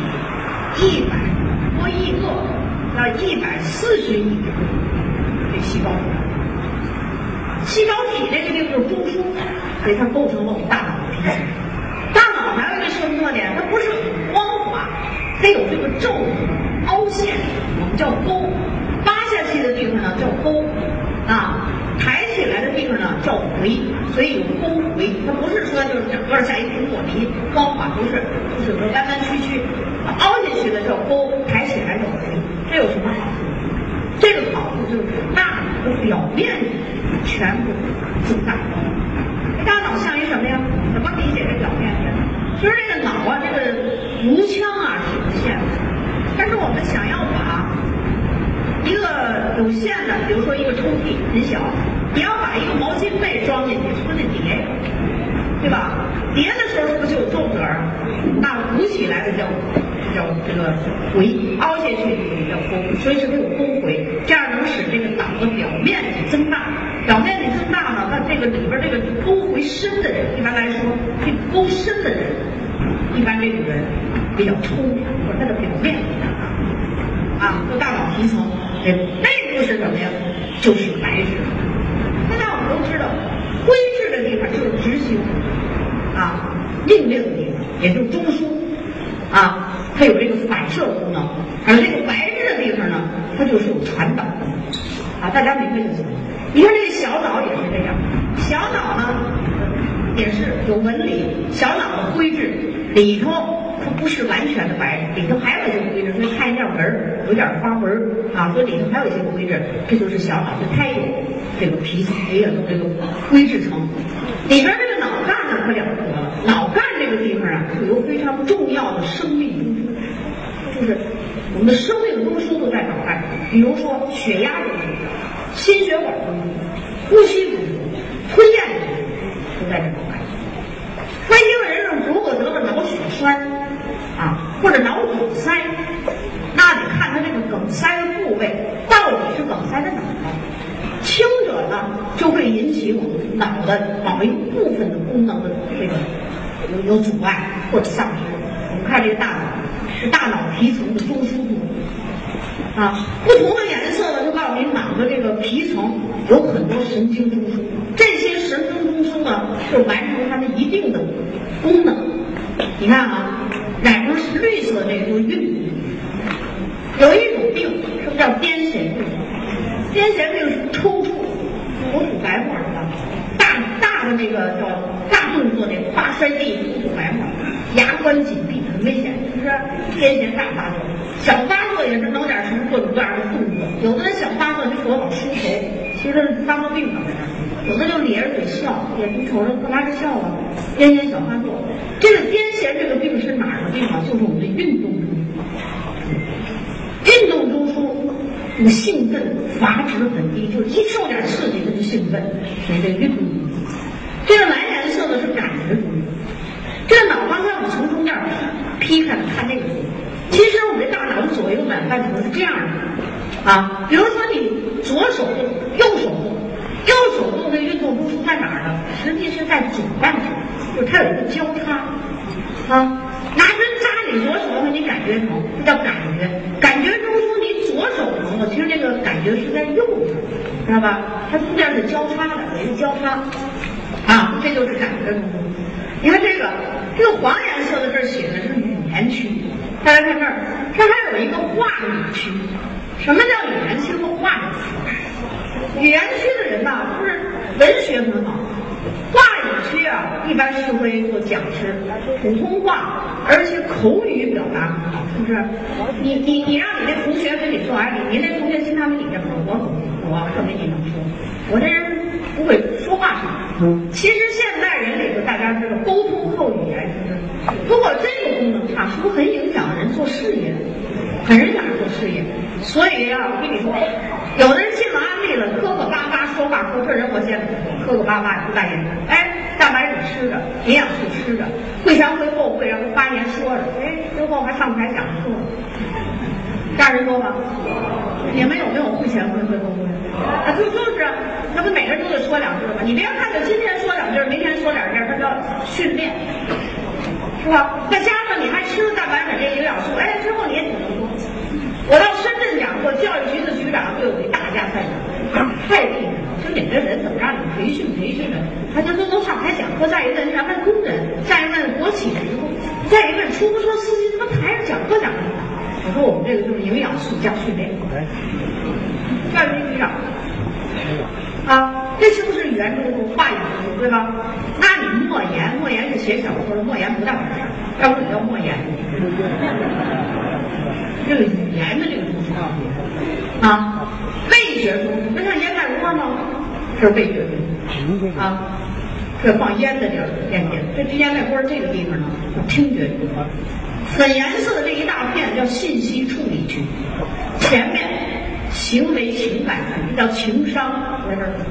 100多亿个到140亿个这细胞体。细胞体这个地方就是中枢，所以它构成了我们大脑的皮层。大脑还有一个什么特点？它不是很光滑，它有这个皱凹陷，我们叫沟。扒下去的地方呢叫沟啊，抬起来的地方呢叫回，所以有沟回。它不是说就是整个像一苹果皮光滑，不是，就是说弯弯曲曲。凹下去的叫沟，抬起来叫回。这有什么好处？这个好处就是大脑的表面全部增大。大脑像一什么呀？怎么理解这表面积？就是这个脑啊，这个颅腔啊是无限的，但是我们想要把一个有限的，比如说一个抽屉很小，你要把一个毛巾被装进去，是不是得叠，对吧？叠的时候是不是就有皱褶？那鼓起来的叫这个回，凹下去也叫沟，所以是不是有沟回？这样能使这个脑的表面积增大。表面积增大呢，那这个里边这个沟回深的人，一般来说，这个沟深的人，一般这种人比较抽象，或者他的表面比较大啊，就大脑皮层。内部是什么呀？就是白质。现在我们都知道，灰质的地方就是执行啊，命令的地方，也就是中枢啊，它有这个反射功能。而这个白质的地方呢，它就是有传导功能啊。大家明白就行。你看这个小脑也是这样，小脑呢也是有纹理，小脑的灰质里头它不是完全的白，里头还有一些灰质，所以看一点纹儿，有点花纹啊，所以里头还有一些灰质，这就是小脑，它也有这个皮层，也有这个灰质层。里边这个脑干呢可了不得了，脑干这个地方啊是有非常重要的生命中枢，就是我们的生命中枢都在脑干，比如说血压中枢、心血管中枢、呼吸中枢、吞咽中枢都在这脑干。所以一个人如果得了脑血栓啊，或者脑堵塞，那得看他这个梗塞的部位到底是梗塞在哪儿。轻者呢，就会引起我们脑的某一部分的功能的这个有阻碍或者丧失。我们看这个大脑是大脑皮层的中枢部啊，不同的颜色呢，就告诉你脑的这个皮层有很多神经中枢，这些神经中枢呢，就完成它的一定的功能。你看啊，染成是绿色这个就是运动。有一种病，什么叫癫痫病？癫痫病是抽搐、口吐白沫的，大的那个叫大动作，那个跨摔地、口吐白沫，牙关紧闭，很危险，是不是？癫痫大发作，小发作也是弄点什么各种各样的动作，有的人小发作就说往梳头，其实发作病了在这，有的就咧着嘴笑，也你瞅着干嘛是笑啊？癫痫小发作，这个癫痫这个病是哪儿的病啊？就是我们的运动中枢，运动中枢。那个兴奋阀值很低，就是一受点刺激它就兴奋，所以这个运动中枢。这个蓝颜色的是感觉中枢。这个脑刚才我们从中间劈开了看这个图，其实我们这大脑的左右两半球是这样的啊。比如说你左手动、右手动，右手动的运动中枢在哪儿呢？实际是在左半球，就是它有一个交叉啊。拿针扎你左手的话，你感觉疼，这叫感觉。感觉中枢你左手疼了，其实这个感觉是在右边，知道吧？它中间是交叉的，有一个交叉啊，这就是感觉中枢。你看这个黄颜色的这儿写的是语言区，大家看这儿，这还有一个话语区。什么叫语言区和话语区？语言区的人呐，不是文学很好。话语区啊，一般是会做讲师，普通话，而且口语表达很好，是不是？你让你那同学跟你说，哎，你那同学经常跟你这么说，我可没你能说，我这人不会说话什么。其实现代人里头，大家知道沟通后语言，是不是？如果这个功能差，是不是很影响人做事业？很影响人做事业。所以啊，我跟你说，有的人进了安利了，磕磕巴巴说话，说这人我见过，磕磕巴巴也不大眼睛，哎，蛋白质吃着，营养素吃着，会前会后会让他发言说着，哎，最后还上台讲课，让人多吗？你们有没有会前会后会？啊，就是啊，那不每个人都得说两句吗？你别看着今天说两句，明天说两句，他叫训练，是吧？再加上你还吃了蛋白质这营养素，哎，之后你也挺能说。我到深圳讲过，教育局的局长对我一大加赞赏，太厉害了！就你这人怎么让你培训的？他就都能上台讲课。再一问咱们工人，再一问国企职工，再一问出租车司机，他妈台上讲课讲的。我说我们这个就是营养素加训练。教育局局长啊，这是不是语言中枢、话语中枢，对吧？那你莫言是写小说的，莫言不大本事，要不你叫莫言。这个语言的这个中枢啊，味觉中枢，就像烟袋窝吗？这是味觉中枢啊，这放烟的地儿，烟点，这烟袋窝这个地方呢，叫听觉中枢。粉颜色的这一大片叫信息处理区，前面行为情感区叫情商，在这儿。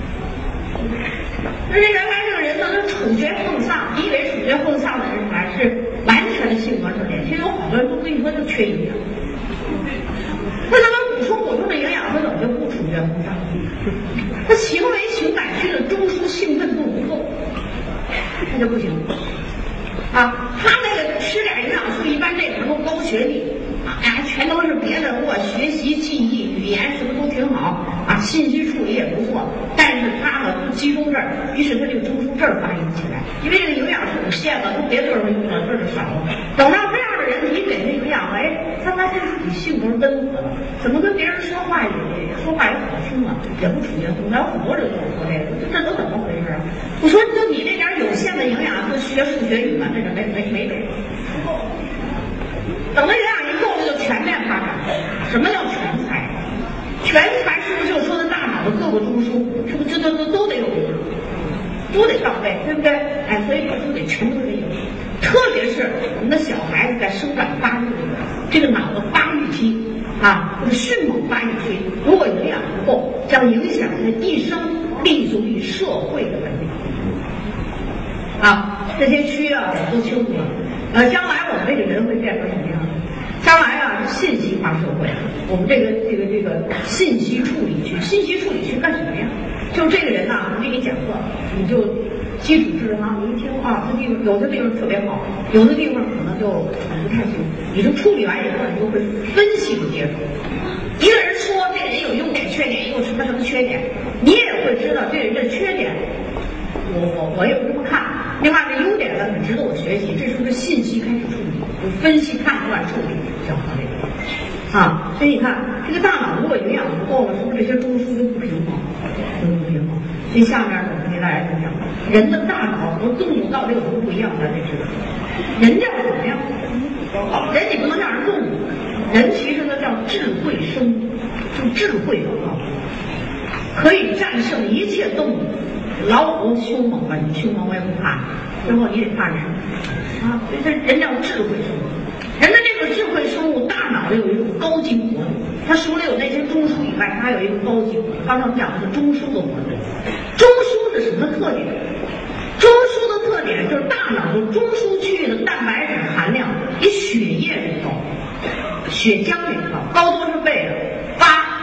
那这原来这个人呢，他处决横丧，你以为处决横丧的人还是完全的性格特点？其实有好多人都跟你说就缺营养。那咱们补充的营养，他怎么就不处决横丧？他行为情感区的中枢兴奋度不够，那就不行啊。他那个吃点营养素，一般这时候高学历啊，全都是别的，我学习、记忆、语言什么都挺好啊，信息处理也不错，但是他呢不集中这儿，于是他这个中枢这儿发育起来，因为这个营养素有限了，从别地儿用了，这儿就少了。等到这样的人，你给他营养，哎，他发现自己性格温和了，怎么跟别人说话也好听啊，也不处决横丧，有很多人跟我说这都怎么回事啊？我说就你这点有限的营养，就学数学语文这个没等到营养一够了，就全面发展。什么叫全才？全才是不是就说的大脑的各个中枢，是不是都得有营养，都得到位，对不对？哎，所以这书得全都得有。特别是我们的小孩子在生长发育这个脑的发育期啊，这个迅猛发育期，如果营养不够，将影响他一生立足于社会的本领。啊，这些区啊，我都清楚了。将来我们这个人会变成什么样？将来啊，是信息化社会。我们这个信息处理区，信息处理区干什么呀？就这个人呐，我给你讲课，你就基础知识哈，你一听啊，这地方有的地方特别好，有的地方可能就不太行。你就处理完以后，你就会分析的接受。一个人说这个人有优点、缺点，有什么缺点，你也会知道这个人的缺点。我也不这么看。另外，这优点呢很值得我学习。这时候的信息开始处理，就分析、判断、处理，叫考虑啊。所以你看，这个大脑如果营养不够了，是不是这些中枢就不平衡？不平衡。所以下面我给大家讲，人的大脑和动物到底有什么不一样？咱得知道。人叫什么呀？人你不能叫人动物，人其实呢叫智慧生物，就智慧的啊，可以战胜一切动物。老虎凶猛了，你凶猛我也不怕，最后你得怕人啊！所以这人叫智慧生物。人的这个智慧生物，大脑里有一种高级活动，它除了有那些中枢以外，它还有一个高级活动。刚才我们讲的是中枢的活动。中枢是什么特点？中枢的特点就是大脑的中枢区域的蛋白质含量比血液里高，血浆里高，高多少倍啊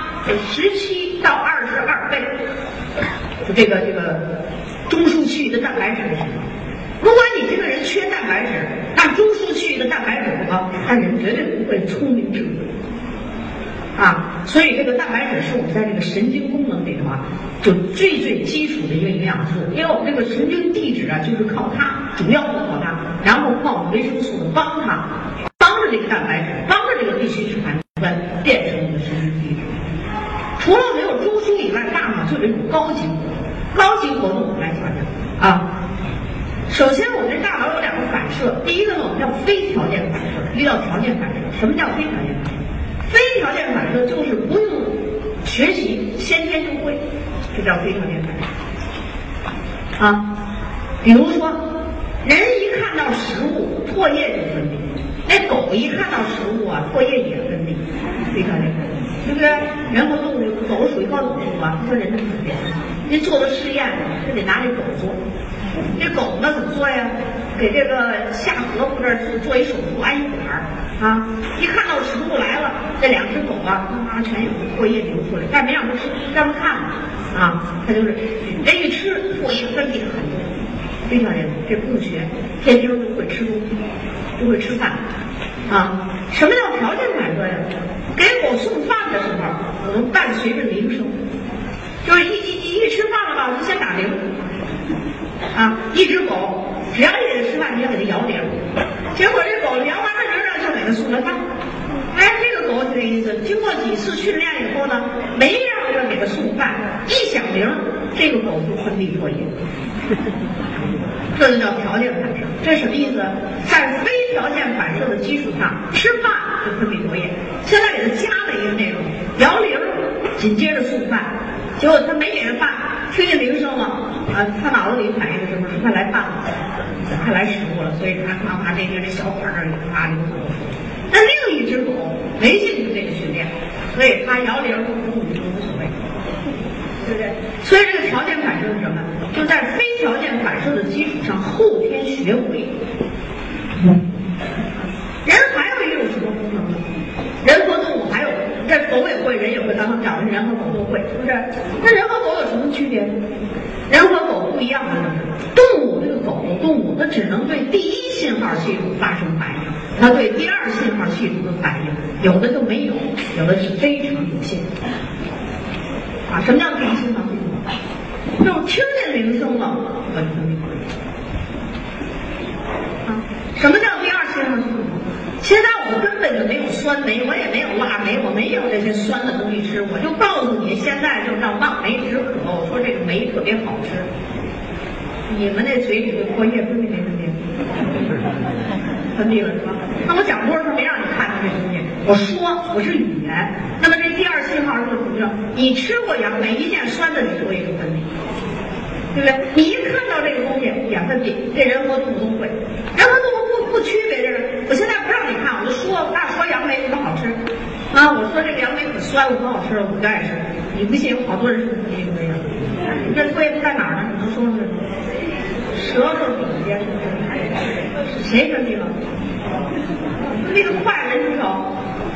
？17到22倍。就这个中枢区域的蛋白质的含量。如果你这个人缺蛋白质，那中枢区域的蛋白质不高，那人绝对不会聪明智慧啊。所以这个蛋白质是我们在这个神经功能里头啊，就最基础的一个营养素。因为我们这个神经递质啊，就是靠它，主要是靠它，然后靠我们维生素的帮着这个蛋白质，帮着这个必需脂含酸变成我们的神经递质。除了没有中枢以外，大脑就有一种高级活动，我们来讲讲啊。首先，我们这大脑有2个反射，第一个呢，我们叫非条件反射，遇到条件反射。什么叫非条件反射？非条件反射就是不用学习，先天就会，这叫非条件反射啊。比如说，人一看到食物，唾液就分泌；那狗一看到食物啊，唾液也分泌，非条件反射。对不对？人和动物，狗属于高等动物啊，它和人的区别。人做的试验呢，是得拿这狗做。这狗呢怎么做呀？给这个下颌部这儿做一手术，安一管啊。一看到食物来了，这2只狗啊，全有唾液流出来，但没让它吃，让它看啊。它就是人一吃，唾液分泌的很多。非常严重，这不用学，天生就会吃东西，就会吃饭啊。什么叫条件反射呀？给狗送饭的时候，我们伴随着铃声，就是一吃饭了吧，我们先打铃啊。一只狗只要你给它吃饭，你要给它摇铃。结果这狗摇完了铃呢，就给它送了饭。哎，这个狗是这意思。经过几次训练以后呢，没让人给它送饭，一响铃，这个狗就分泌唾液。这就叫条件反射。这什么意思？在非条件反射的基础上，吃饭就分泌唾液。现在给他加了一个内容，摇铃，紧接着送饭。结果他没给人饭，听见铃声了，他脑子里反应是什么？是快来饭了，快来食物了，所以他啪这小管这儿啪就走。那另一只狗没进行这个训练，所以他摇铃无所谓，对不对？所以这个条件反射是什么？就在非条件反射的基础上后天学会。人还有一种什么功能呢？人和动物还有，这狗也会，人也会，刚才讲的人和狗都会，是不是？那人和狗有什么区别？人和狗不一样的就是动物，这个动物它只能对第1信号系统发生反应，它对第2信号系统的反应有的就没有，有的是非常有限。啊，什么叫第1信号系统？就是听见铃声了，我就分泌唾液。啊，什么叫第2信号系统？现在我根本就没有酸梅，我也没有腊梅，我没有这些酸的东西吃，我就告诉你，现在就叫望梅止渴。我说这个梅特别好吃， 你们那嘴里的唾液分泌没分泌？分泌了是吧？那我讲座时候没让你看到这东西，我说我是语言。那么这第二信号是什么？你吃过杨梅，一见酸的你就会有分泌，对不对？你一看到这个东西也分泌，这人和动物都会，人和动物不区别这个。我现在不让你看，我就说杨梅怎么好吃啊？我说这个杨梅可酸，我可好吃了，我就爱吃。你不信，有好多人是这个味道。你这唾液在哪儿呢？你能说说？舌头底下是谁分泌了？分泌的快人知道。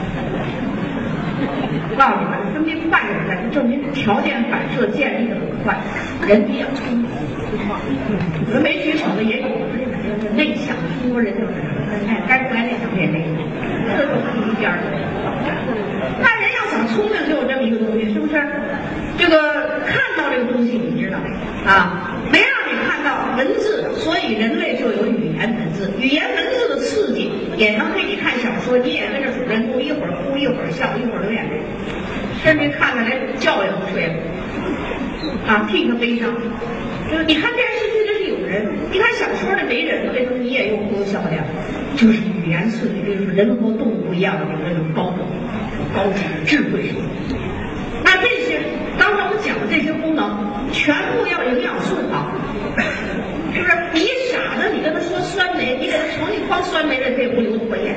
我告诉你们，分泌快人呢，就证明条件反射建立的很快，人比较聪明。我们没举手的也有，内向，中国人就是哎，该不该内向变内向，这都是一边的。那人要想聪明，就有这么一个东西，是不是？这个看到这个东西，你知道啊？没让你看到文字，所以人类就有语言文字。语言文字的刺激，也能给你看小说，你也跟着主人公一会儿哭一会儿笑，一会儿流眼泪，甚至看着连觉也不睡了，啊，替他悲伤。就是你看电视剧这是有人，你看小说的没人，为什么你也又哭又笑亮？就是语言刺激，这就是人和动物不一样的这种高级的智慧生活。那这些刚才我们讲的这些功能，全部要营养素好，是不是？你傻子，你跟他说酸梅，你给他盛一筐酸梅了，他也不流唾液，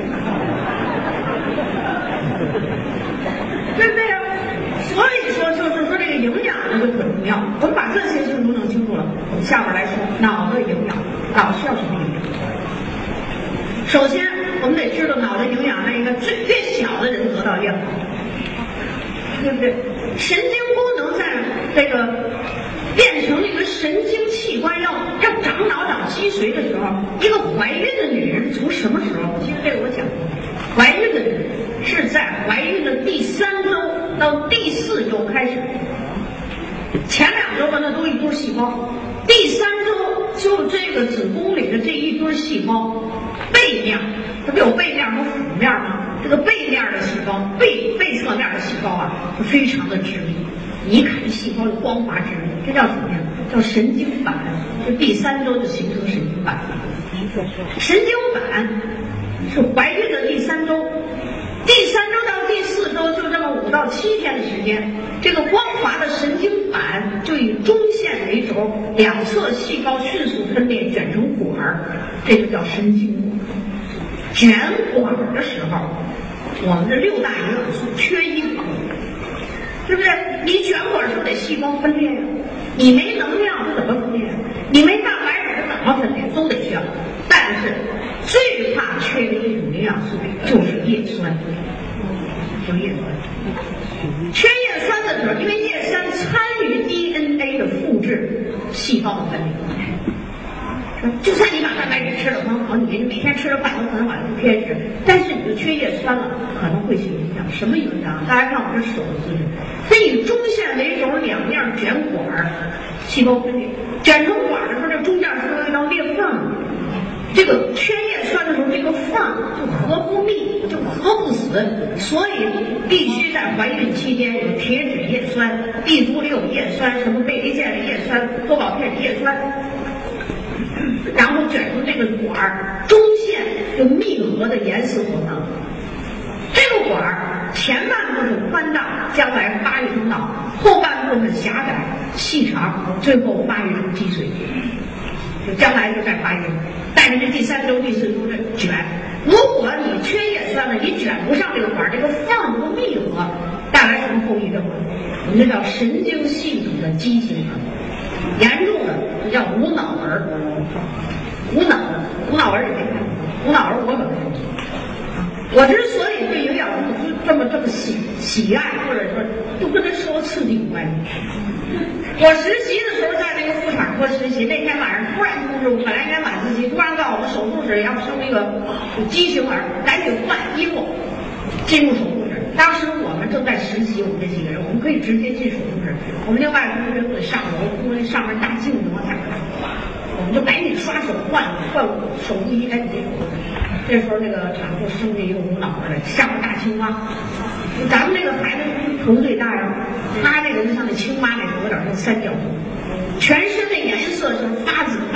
对不对呀？所以说，就是说这个营养呢就很重要。我们把这些就都弄清楚了，我们下边来说脑的营养，脑需要什么营养？首先，我们得知道脑的营养，那个越小的人得到越好，对不对？神经功能在这个变成一个神经器官要长脑长脊髓的时候，一个怀孕的女人从什么时候？其实这个我讲过，怀孕的女人是在怀孕的第3周到第4周开始，前2周吧那都一堆细胞，第3周就这个子宫里的这一堆细胞，背面它不有背面和腹面吗？这个背面的细胞，背侧面的细胞啊，就非常的致密。你一看这细胞就光滑致密，这叫什么呀？叫神经板。就第3周就形成神经板。神经板是怀孕的第3周，第3周到第4周就这么5到7天的时间，这个光滑的神经板就以中线为轴，两侧细胞迅速分裂卷成管儿，这就叫神经管。卷管的时候，我们的6大营养素缺一不可，是不是？你卷管的时候得细胞分裂呀，你没能量它怎么分裂？你没蛋白质它怎么分裂？都得需要。但是最怕缺的一种营养素就是叶酸，就是叶酸。缺叶酸的时候，因为叶酸参与 DNA 的复制，细胞的分裂。就算你把蛋白质吃了很好，你每天吃的饭都可能晚上不偏食，但是你就缺叶酸了，可能会起影响。什么影响？大家看我这手的姿势，它以中线为轴，两面卷管，细胞分裂，卷成管的时候，这中间是不是有一道裂缝？这个缺叶酸的时候，这个缝就合不密，就合不死，所以必须在怀孕期间有铁质叶酸、地珠六叶酸、什么贝利健的叶酸、多宝片叶酸。然后卷出这个管儿，中线有密合的严丝合缝。这个管儿前半部分宽大，将来发育成脑；后半部分狭窄、细长，最后发育成脊髓。就将来就在发育。但是这第3周、第4周这卷，如果你缺叶酸了，你卷不上这个管儿，这个缝不密合，带来什么后遗症呢？我们这叫神经系统的畸形啊。严重的这叫无脑儿，无脑儿也没看过，无脑儿我可没看过。我之所以对营养素这么喜爱，或者说就跟他受刺激有关系。我实习的时候在那个妇产科实习，那天晚上突然通知我，本来应该晚自习，突然告诉我们手术室要生一个畸形儿，赶紧换衣服进入手术室。当时我们正在实习，我们这几个人，我们可以直接进手术室。我们另外同学得上楼，因为上面大镜子往下看，我们就赶紧刷手换手术衣，赶紧进手术室。这时候那个产妇生了一个无脑的，像个大青蛙。咱们这个孩子头最大呀，他那个就像那青蛙那种，有点像三角头，全身的颜色是发紫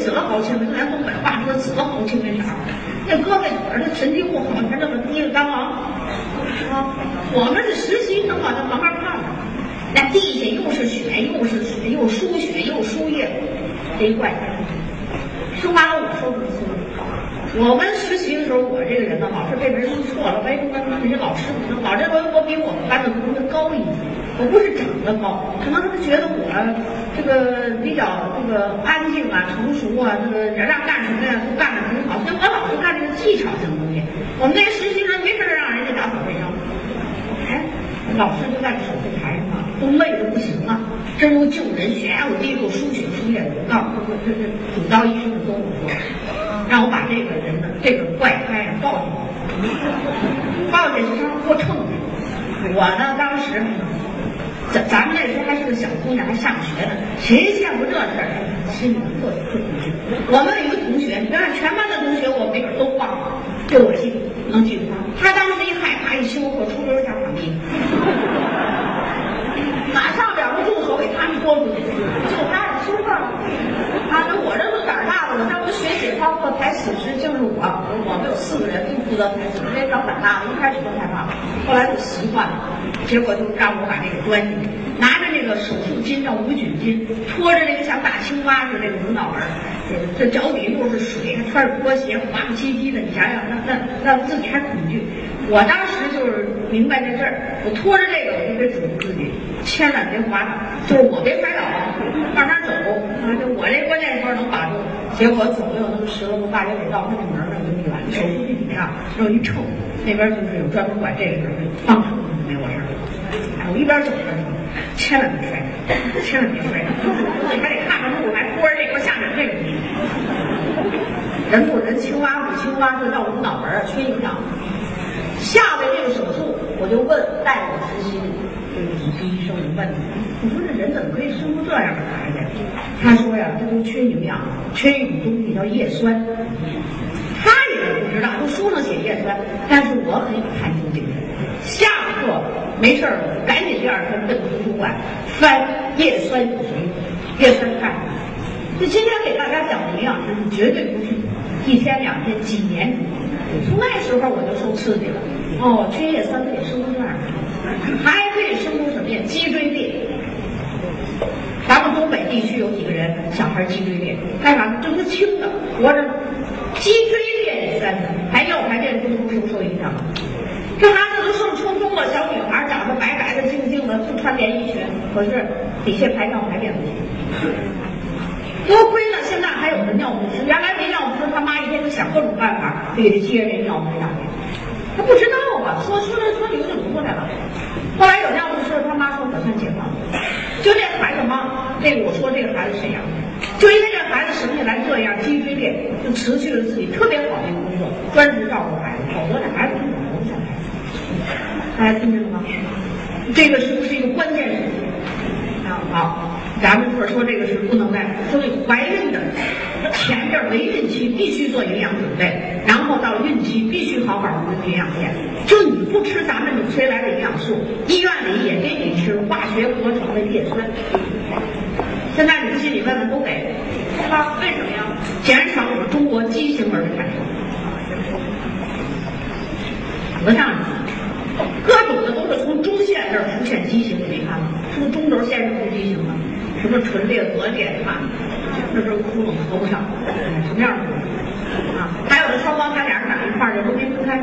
紫了好青，就咱东北话说紫了好青那条，那胳膊腿的神经不好，他这么低着当啷啊！我们是实习生啊，在旁边看着，那地下又是血，又是水，又输血，又输液，这一怪胎。说完了，我说不出。我们实习的时候，我这个人呢，老是被人弄错了。为什么那些老师傅老认为我比我们班的同学高一级？我不是长得高，可能他们觉得我这个比较这个安静啊、成熟啊，这个让干什么呀都干得挺好。所以我老是干这个技巧性的东西。我们那些实习生没事让人家打扫卫生，哎，老师就在手术台上啊，都累得不行啊，真如救人，血压有低，给我输血输液的。我告诉这主刀医生跟我说。让我把这个人的这个怪胎啊抱进去，抱进去上给我称去。我呢当时咱们那时候还是个小姑娘，还上学呢，谁见过这事儿？心里特恐惧。我们有一个同学，你看全班的同学，我没准都忘了，就我记得能记住他。他当时一害怕一羞愧，出溜下场地，马上两个助手给他们拖出去，就他说话了。啊，那我这都胆大的，我当时学解剖课排死尸就是我们有4个人都负责排死尸，这长胆大的，一开始都害怕，后来就习惯了，结果就让我把这个端进去，拿着那个手术巾叫无菌巾，拖着那个像大青蛙似的那个无脑门，这脚底又是水，还穿着拖鞋，滑不唧唧的，你想想，那自己还恐惧。我当时就是明白在这儿，我拖着这个我就得嘱咐自己，千万别滑倒，就是我别摔倒，慢慢走啊，就我这关键时候能把住。结果走了有那么10多步，大约得到他那门那就远，手术具体上然后一称，那边就是有专门管这个事儿，当场没我事儿。哎，我一边走一边说，千万别摔，千万别摔，你还得看着路，还拖着这个下诊这个东西。人不人，青蛙不青蛙，这到无脑门缺营养。下了这个手术，我就问带我实习的这个主治医生，我问他，我说这人怎么可以生出这样的孩子？他说呀，这就缺营养，缺一种东西叫叶酸。他也不知道，都书上写叶酸，但是我很有探究精神。下课没事儿，赶紧第2天奔图书馆翻叶酸有谁，叶酸看。就今天给大家讲的营养知识，绝对不是1天2天几年。从那时候我就受刺激了，哦，缺叶酸可以生出这样，还可以生出什么呀？脊椎裂。咱们东北地区有几个人小孩脊椎裂，干啥呢？这不轻的，活着脊椎裂也3的，还尿排便功能受影响了。这孩子都上初中了，小女孩长得白白的、静静的，不穿连衣裙，可是底下尿排便不行。多亏了现在还有的尿不湿，原来没尿不湿，他妈一天就想各种办法就给他接着这尿不湿下去。他不知道啊，说流就流过来了。后来有尿不湿，他妈说可算解放了。就这孩子妈，这个我说这个孩子沈阳，就因为这孩子生下来这样脊椎裂，就辞去了自己特别好的一个工作，专职照顾孩子，否则这孩子根本活不下来。大家听见了吗？这个是不是一个关键时期？好，咱们说这个是不能在，所以怀孕的前边为孕期必须做营养准备，然后到孕期必须好好的营养片。就你不吃咱们纽崔莱的营养素，医院里也给你吃化学合成的叶酸。现在你不信你问问都给，是吧？为什么呀？减少我们中国畸形儿的产生。我上各种的都是从中线这儿出现畸形，你没看吗？是不是中轴线是不畸形吗？什么唇裂、额裂啊，这是窟窿合不上，什么样的啊？还有的双胞胎俩人长一块儿，有时候没分开，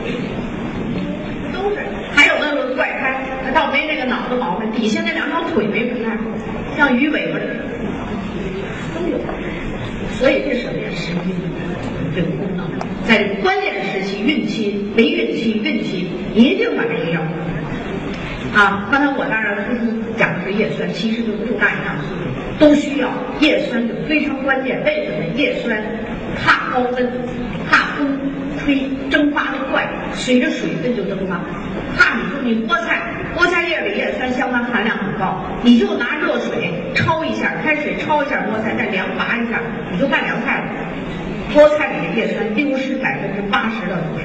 都是。还有那个怪胎，倒没那个脑子毛病，底下那2条腿没分开，像鱼尾巴似的，都有。所以这什么呀？神经这个功能，在这个关键时期，孕期、为孕期、孕期，一定把这个要啊！刚才我当然突出讲的是叶酸，其实就是6大营养素都需要，叶酸就非常关键。为什么？叶酸怕高温、怕风吹蒸发的快，随着水分就蒸发。怕你说你菠菜叶里叶酸相当含量很高，你就拿热水焯一下，开水焯一下菠菜，再凉拔一下，你就拌凉菜了。菠菜里的叶酸丢失80%到90%。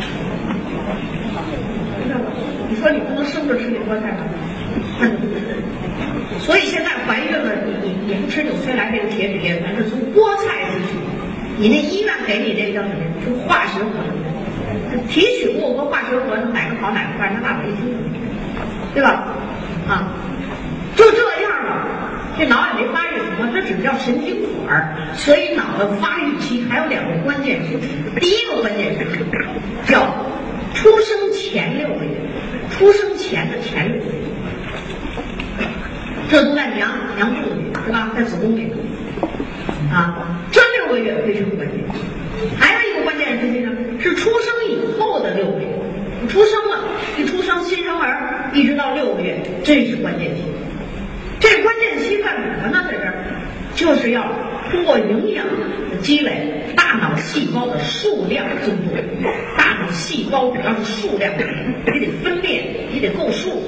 你说你不能生着吃这菠菜吗？所以现在怀孕了，你不吃纽崔莱这个铁质叶酸，是从菠菜你那医院给你这叫什么？是化学合成，提取物和化学合成哪个好哪个坏，那大伙一清楚，对吧？啊，就这样了，这脑也没发育什么，这只叫神经管。所以脑的发育期还有2个关键时期，第一个关键时期叫出生前6个月，出生前的前6个月，这都在娘肚子里，是吧？在子宫里啊，这6个月非常关键。还有一个关键时期呢，是出生以后的6个月。出生了，一出生新生儿一直到6个月，这是关键期。这关键期干什么呢？在这儿就是要通过营养的积累，大脑细胞的数量增多。大脑细胞只要是数量，你得分裂，你得够数。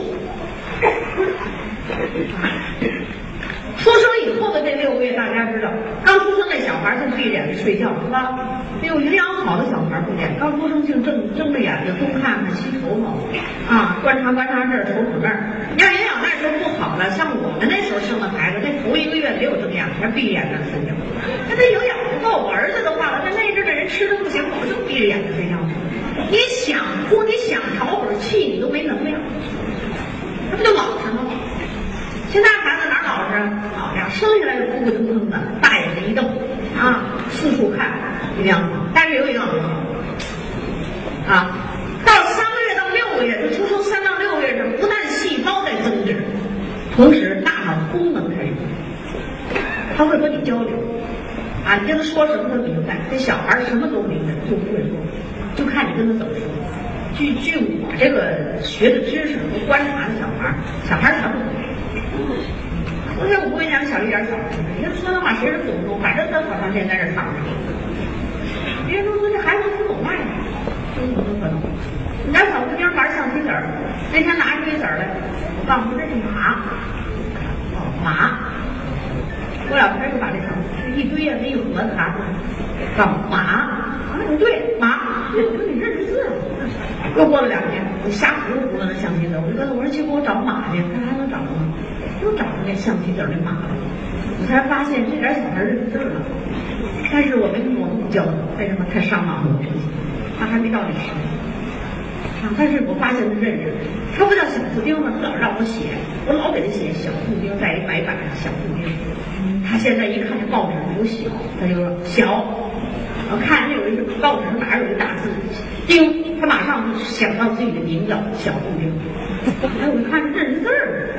出生以后的这6个月，大家知道，刚出生那小孩就闭着眼睛睡觉，是吧？有营养好的小孩不见，刚出生就睁着眼睛东看看西瞅瞅，啊，观察观察这儿瞅瞅那儿。要营养那时候不好了，像我们那时候生的孩子，那头1个月没有睁眼，还闭着眼睛睡觉。那他营养不够，我儿子的话了，那阵的人吃的不行，我就闭着眼睛睡觉。你想哭，你想调会儿气，你都没能量，他不就老实了吗？现在孩子哪老实啊？老实，生下来就扑扑腾腾的，大眼睛一瞪啊，四处看，营养好，但是有营养不好啊。到3个月到6个月，就出生3到6个月时，不但细胞在增殖，同时大脑功能开始，他会和你交流啊，你跟他说什么他明白。这小孩什么都明白，就不会说，就看你跟他怎么说。据我这个学的知识和观察的小孩全不懂。昨天我不跟讲小一点小孩，你看说那话谁是懂不懂？反正他好长时间在这躺着。别人说这孩子不懂嘛呀，不可能。你家小姑娘玩橡皮子儿，那天拿出一子儿来，我告诉你这是马，马。过2天就把这一堆呀，这一盒子拿出来，告诉马。对，马，我说你认识字啊？又过了2天，我瞎胡了那橡皮子，我说去给我找马去，看还能找着吗？又找着那橡皮子那马了，我才发现这点小孩认识字了。但是我们不教他，为什么？太伤脑了，他还没到那时候啊。但是我发现他认识，他不叫小布丁吗？他老让我写，我老给他写小布丁，在一白板上小布丁。他现在一看这报纸有小，他就说小。我看那有一个报纸上哪有一个大字丁，他马上就想到自己的名叫小布丁。哎，我看这认识字儿，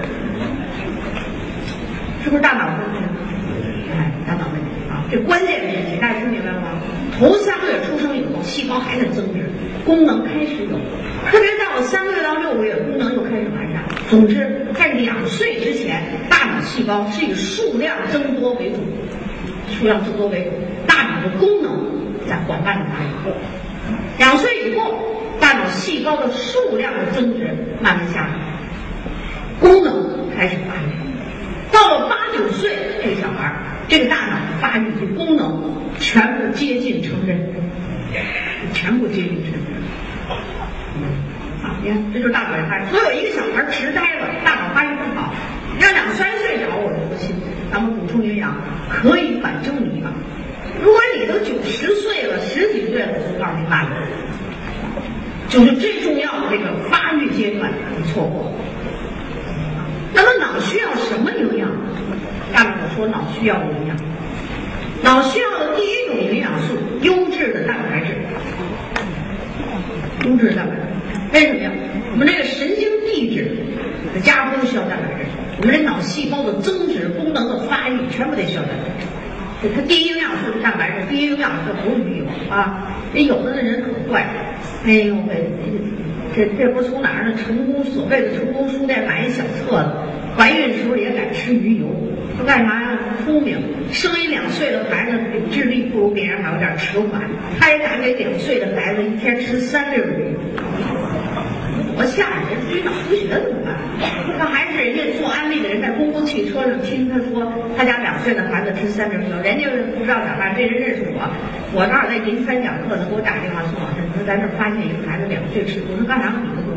是不是大脑问题？哎，大脑问题啊！这关键时期大家听明白了吗？头3个月出生以后，细胞还在增殖，功能开始有，特别到了3个月到6个月，功能又开始完善。总之，在2岁之前，大脑细胞是以数量增多为主，大脑的功能在缓慢的发育。2岁以后，大脑细胞的数量的增殖慢慢下来，功能开始发育。到了8、9岁，这个小孩这个大脑的发育和功能全部接近成人，啊，你看，这就是大脑发育。所以有一个小孩迟呆了，大脑发育不好，让2、3岁找我就不信，咱们补充营养可以反正你吧。如果你都90岁了，10几岁了，我就告诉你慢了，就是最重要的这个发育阶段你错过了。那么脑需要什么营养？下面我说脑需要的营养，脑需要的第一种营养素，优质的蛋白质。优质的蛋白质，为什么呀？我们这个神经递质的加工需要蛋白质，我们这脑细胞的增殖、功能的发育全部得需要蛋白质。它第一营养素是蛋白质，第一营养素不是鱼油啊。有的人可怪，哎呦喂，这不是从哪儿呢？所谓的成功书店买一小册子，怀孕时候也敢吃鱼油，说干啥呀？聪明，生一2岁的孩子智力不如别人还有点迟缓，他也敢给2岁的孩子一天吃3粒鱼，多吓人！这脑出血怎么办？那还是人家做安利的人在公共汽车上听他说，他家2岁的孩子吃3粒鱼，人家不知道咋办。这人认识我正好在银山讲课呢，给我打电话说老师，你说咱这发现一个孩子2岁吃，我说干啥？你都不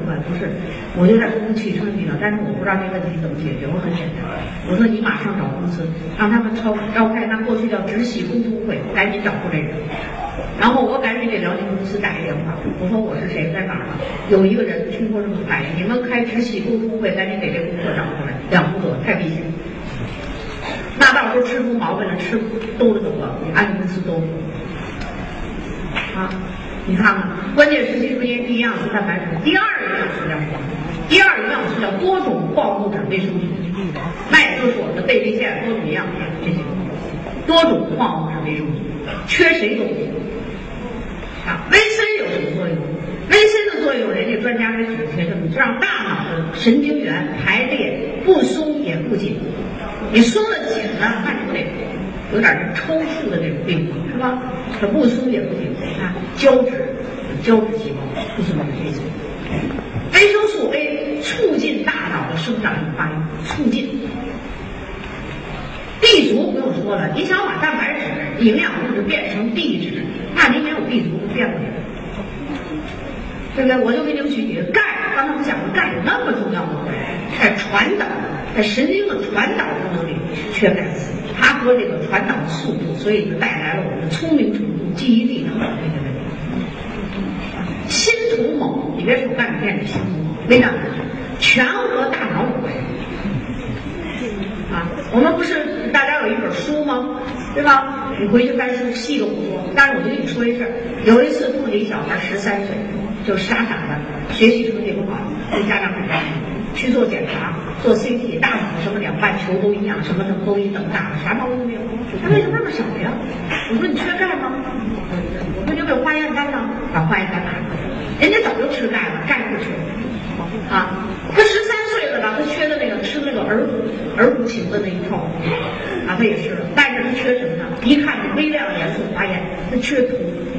快，不是，我就在公共汽车遇到，但是我不知道这问题怎么解决。我很简单，我说你马上找公司，让他们召开那过去叫直系沟通会，赶紧找出这人。然后我赶紧给辽宁公司打一电话，我说我是谁，在哪儿呢？有一个人听说这么反应，你们开直系沟通会，赶紧给这顾客找出来，了不得，太危险。那到时候吃出毛病了，吃兜着走了，你安利公司兜着啊！你看看，关键时期第一营养素蛋白质，第二营养素叫什么？第二营养素叫多种矿物质维生素，那也就是我们的贝维线、多种营养片这些多种矿物质维生素，缺谁都不行啊。维 C 有什么作用？维 C 的作用，人家专家还总结这么，让大脑的神经元排列不松也不紧。你松了紧了，那就得有点抽搐的这种病是吧？它不松也不紧啊，胶质细胞不松也不紧。维生素 A 促进大脑的生长与发育，促进。B 族不用说了，你想把蛋白质、营养物质变成 B 质，那你没有 B 族变不了。对不对？我就给你们举几个钙，刚才我们讲的钙有那么重要的作用，在传导，在神经的传导功能里缺钙质，它和这个传导的速度，所以就带来了我们的聪明程度、记忆力等等这些问题。心同锰，你别说钙片是心同锰，为啥呢？全和大脑有关系。啊，我们不是大家有一本书吗？对吧？你回去翻书细个不说，但是我就跟你说一事，有一次部里小孩13岁。就傻傻的，学习成绩不好，对家长很担心，去做检查，做 CT， 大脑什么两半球都一样，什么都一等大了，啥毛病都没有。他为什么那么少呀？我说你缺钙吗？我说你有没有化验单呢？把化验单拿出来，人家早就吃钙了，钙不缺啊。他13岁了吧，他缺的那个吃那个儿童型的那一套啊，他也吃了，但是他缺什么呢？一看是微量元素化验，他缺铜。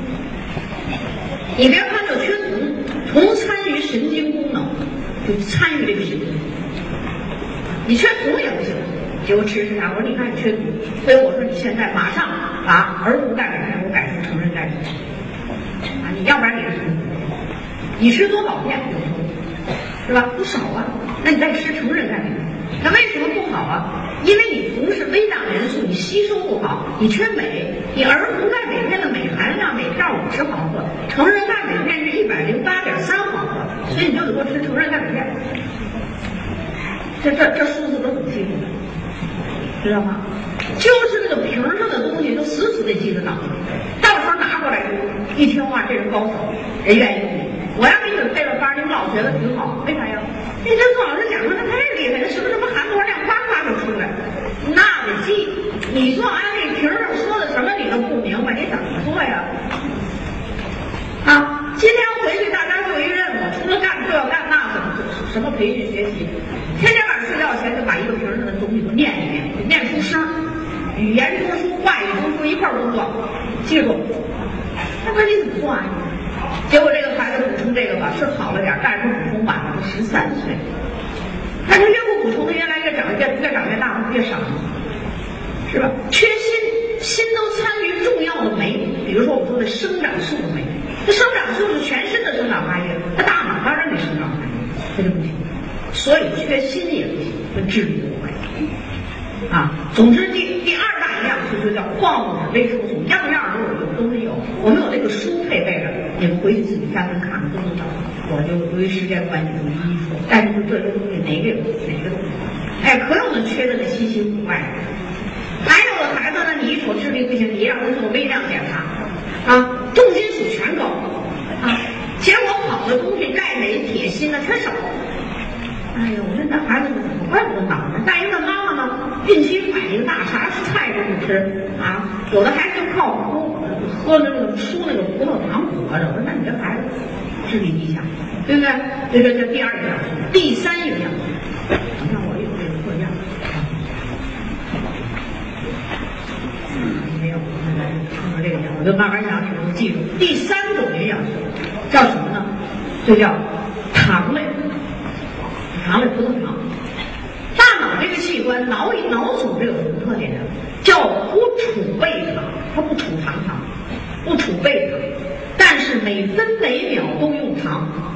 你别看这缺铜，铜参与神经功能，就参与这个神经。你缺铜也不行，结果吃啥？我说你看你缺铜，所以我说你现在马上把儿童钙镁片给我改成成人钙镁片啊！你要不然你是你吃多少片有铜，是吧？不少啊，那你再吃成人钙镁片，那为什么不好啊？因为你铜是微量元素，你吸收不好，你缺镁。你儿童钙镁片的镁含量每片50毫克，成人钙镁片是108.3毫克，所以你就得多吃成人钙镁片。这数字都很清楚，知道吗？就是那个瓶上的东西都死死得记在脑子里，到时候拿过来一听话，这人高手，人愿意用你。我要给你们配了班，你们老觉得挺好，为啥呀？你这宋老师讲的他太厉害了，什么含多少量，夸夸就出来，那得记。你做安利瓶上说的什么你都不明白，你怎么做呀？啊，今天回去大家会有一个任务，除了干这干那，怎么什么培训学习，天天晚上睡觉前就把一个瓶上的东西都念一遍，念出声，语言中枢、话语中枢一块工作，记住。那不然你怎么做啊？结果这个孩子补充这个吧，是好了点，但是补充晚了，他13岁。但是越不补充，他越来越长，越长越大，越少，是吧？缺锌，锌都参与重要的酶，比如说我们说的生长素的酶，这生长素是全身的生长发育，他大脑当然得生长发育，这就不行。所以缺锌也不行，跟智力有关系。啊，总之第二大营养素就叫矿物质维生素，样样都有，都没有。我们有这个书配备着，你们回去自己翻翻看看都能找。我就由于时间关系就一一说，但是这些东西哪个东西，哎，可有的缺的那稀奇古怪的。还有的孩子呢，你一瞅智力不行，你让他做微量检查，啊，重金属全高，啊，结果好的东西钙镁铁锌呢全少。哎呦，我说那孩子怎么怪不得脑子？再一问妈妈呢，孕期反应大，啥菜都不吃啊，有的孩子就靠喝那个输那个葡萄糖活着。我说那你这孩子智力低下，对不对？这第二营养素，第三营养素，你看我有这个课样，没有，看看这个我就慢慢讲，只能记住。第三种营养素叫什么呢？就叫糖类。糖类葡萄糖，大脑这个器官，脑组织有什么特点呢？叫不储备糖，它不储藏糖，不储备糖，但是每分每秒都用糖。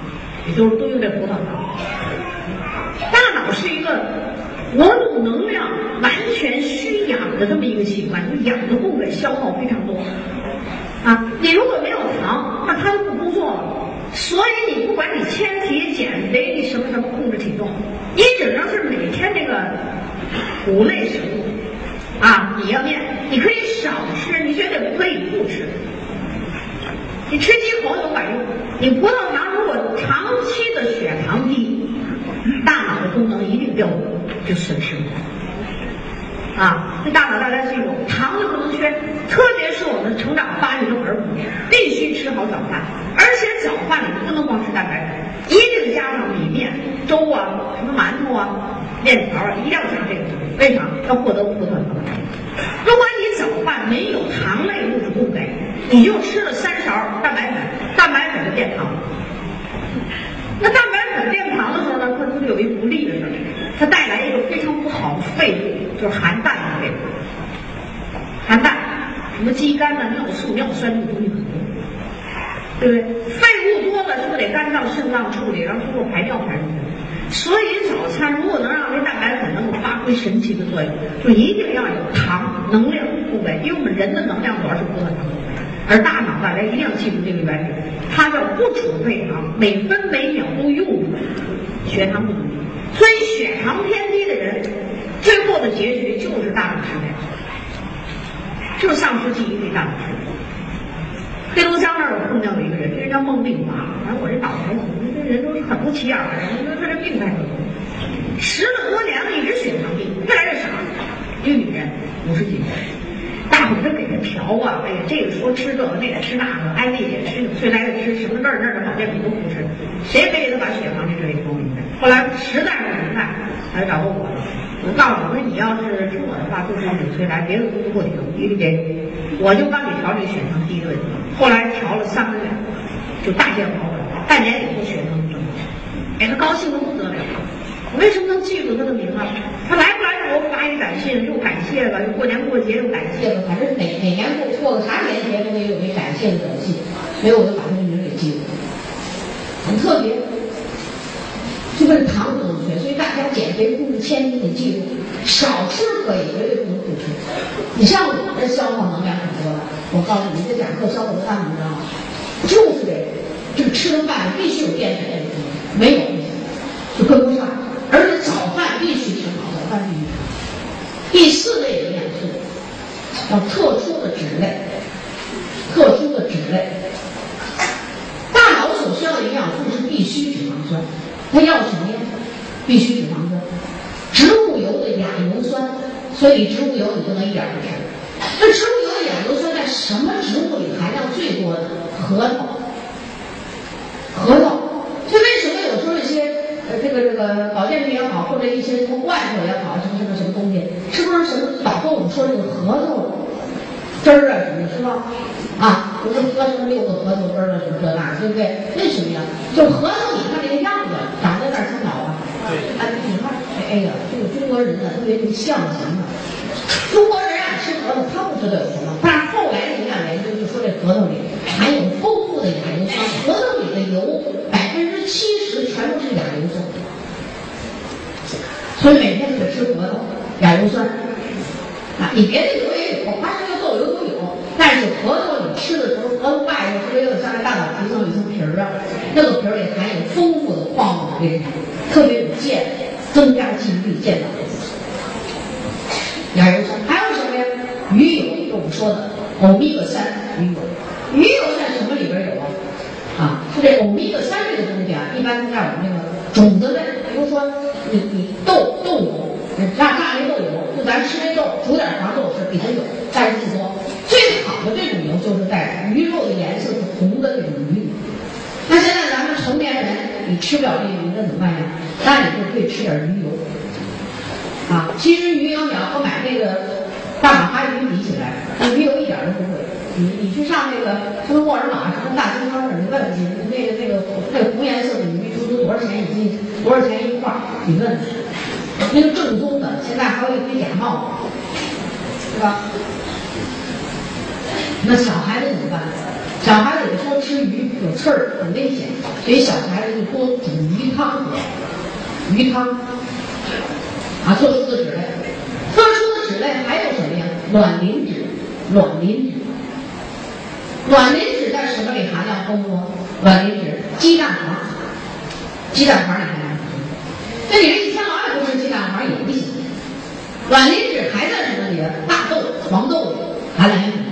也就是都用这葡萄糖。大脑是一个活动能量完全需氧的这么一个器官，氧的部分消耗非常多啊。你如果没有糖，那它就不工作了。所以你不管你纤体减肥，你什么什么控制体重，你只能是每天这个谷类食物啊，你要面，你可以少吃，你绝对不可以不吃。你吃几口有管用。你葡萄糖如果长期的血糖低，大脑的功能一定掉落，就损失了。啊，这大脑大家记住，糖就不能缺，特别是我们成长发育中儿童，必须吃好早饭，而且早饭里不能光吃蛋白粉，一定加上米面、粥啊、什么馒头啊、面条啊，一定要加这个。为啥？要获得葡萄糖。如果你早饭没有糖类物质供给，你就吃了3勺蛋白粉，蛋白粉就变糖。那蛋白粉变糖的时候呢，它就有一不利的事儿，它带来一个非常不好的废物，就是含氮的废物。含氮，什么肌酐啊、尿素、尿酸这个东西很多，对不对？废物多了，是不是得肝脏、肾脏处理，然后通过排尿排出去？所以早餐如果能让这蛋白粉能够发挥神奇的作用，就一定要有糖能量供给，因为我们人的能量主要是葡萄糖供给，而大脑大家一定要记住这个原理，它叫不储备糖，每分每秒都用出来，血糖不足。所以血糖偏低的人，最后的结局就是大脑失眠，就是丧失记忆力、大脑失眠。黑龙江那儿我碰见有一个人，这人叫孟丽华，反正我这脑袋怎么这人都是很不起眼的人，我说他这病太可怕，10多年了，一直血糖低，越来越傻。一个女人50几岁，大伙都给她调啊，哎呀，这个说吃这个，那个吃那个，安利也吃，崔莱也吃，什么这儿那儿的保健品都不吃，谁非得把血糖这事给搞明白？后来实在不明白，他就找我了。我告诉我说，你要是听我的话，就是你崔莱，别的都不给调，一律给，我就帮你调这个血糖低的问题。后来调了3个月，就大见好转，半年以后血糖就正常，哎，他高兴的不得了。我为什么能记住他的名啊？他来不来给我发一短信，又感谢了，又过年过节又感谢了，反正每年过个啥年节都得有一感谢的短信，所以我就把他的名给记住，很特别。这个糖不能缺，所以大家减肥控制千金得记住，少吃可以，绝对不能不吃。你像我这消耗能量很多的，我告诉你，这讲课消耗多大能量，就是这个吃的饭必须有淀粉类的东西，没有就跟不上。而且早饭必须吃好，早饭必须吃。第4类营养素叫特殊的脂类，特殊的脂类。大脑所需要的营养素是必需脂肪酸。它要什么呀？必需脂肪酸，植物油的亚油酸，所以植物油你不能一点不吃。那植物油的亚油酸在什么植物里含量最多的？核桃。所以为什么有时候一些这个保健品也好，或者一些从罐头也好，什么东西，是不是什么导致我们说这个核桃汁儿啊什么的，是吧？啊，我们喝什么6个核桃汁儿啊什么这那，对不对？为什么呀？就核桃你看这个样子长在那儿挺好啊。对。啊，你看，哎呀，这个中国人呢特别象形啊。中国人爱吃核桃，他不知道有什么，但是后来营养研究就说这核桃里含有丰富的亚油酸，核桃里的油70%全都是亚油酸，所以每天得吃核桃、亚油酸。啊，你别的油也有，花生油、豆油都有，但是核桃你吃的时候，核桃外头是不是有像这大脑皮层有一层皮儿啊？那个皮儿里含有丰富的矿物质，特别有健，增加记忆力、健脑的。亚油酸还有什么呀？鱼油，就我们说的欧米伽3鱼油。鱼油在什么里边有啊？啊，是这欧米伽3这个东西啊，一般在我们那个种子类，比如说你豆油。炸那豆油，就咱吃那豆，煮点黄豆吃，里头有，但是不多。最好的这种油就是带鱼肉的颜色是红的这种鱼油。那现在咱们成年人，你吃不了这个鱼，那怎么办呀？那你就可以吃点鱼油。啊，其实鱼油你要和买那个大马哈鱼比起来，那鱼油一点都不贵。你去上那个什么沃尔玛、什么大型超市，你问你那个红颜色的鱼，足足多少钱一斤？多少钱一块？你问。那个正宗的，现在还有一堆假冒的，是吧？那小孩子怎么办？ 小孩子多吃鱼有刺儿，很危险，所以小孩子就多煮鱼汤喝，鱼汤啊，特殊的脂类。特殊的脂类还有什么呀？卵磷脂，卵磷脂。卵磷脂在什么里含量丰富？卵磷脂，鸡蛋黄，鸡蛋黄里含量丰富。那你这一天老也不吃鸡蛋黄也不行。卵磷脂还在什么里边？大豆、黄豆里含量也很高。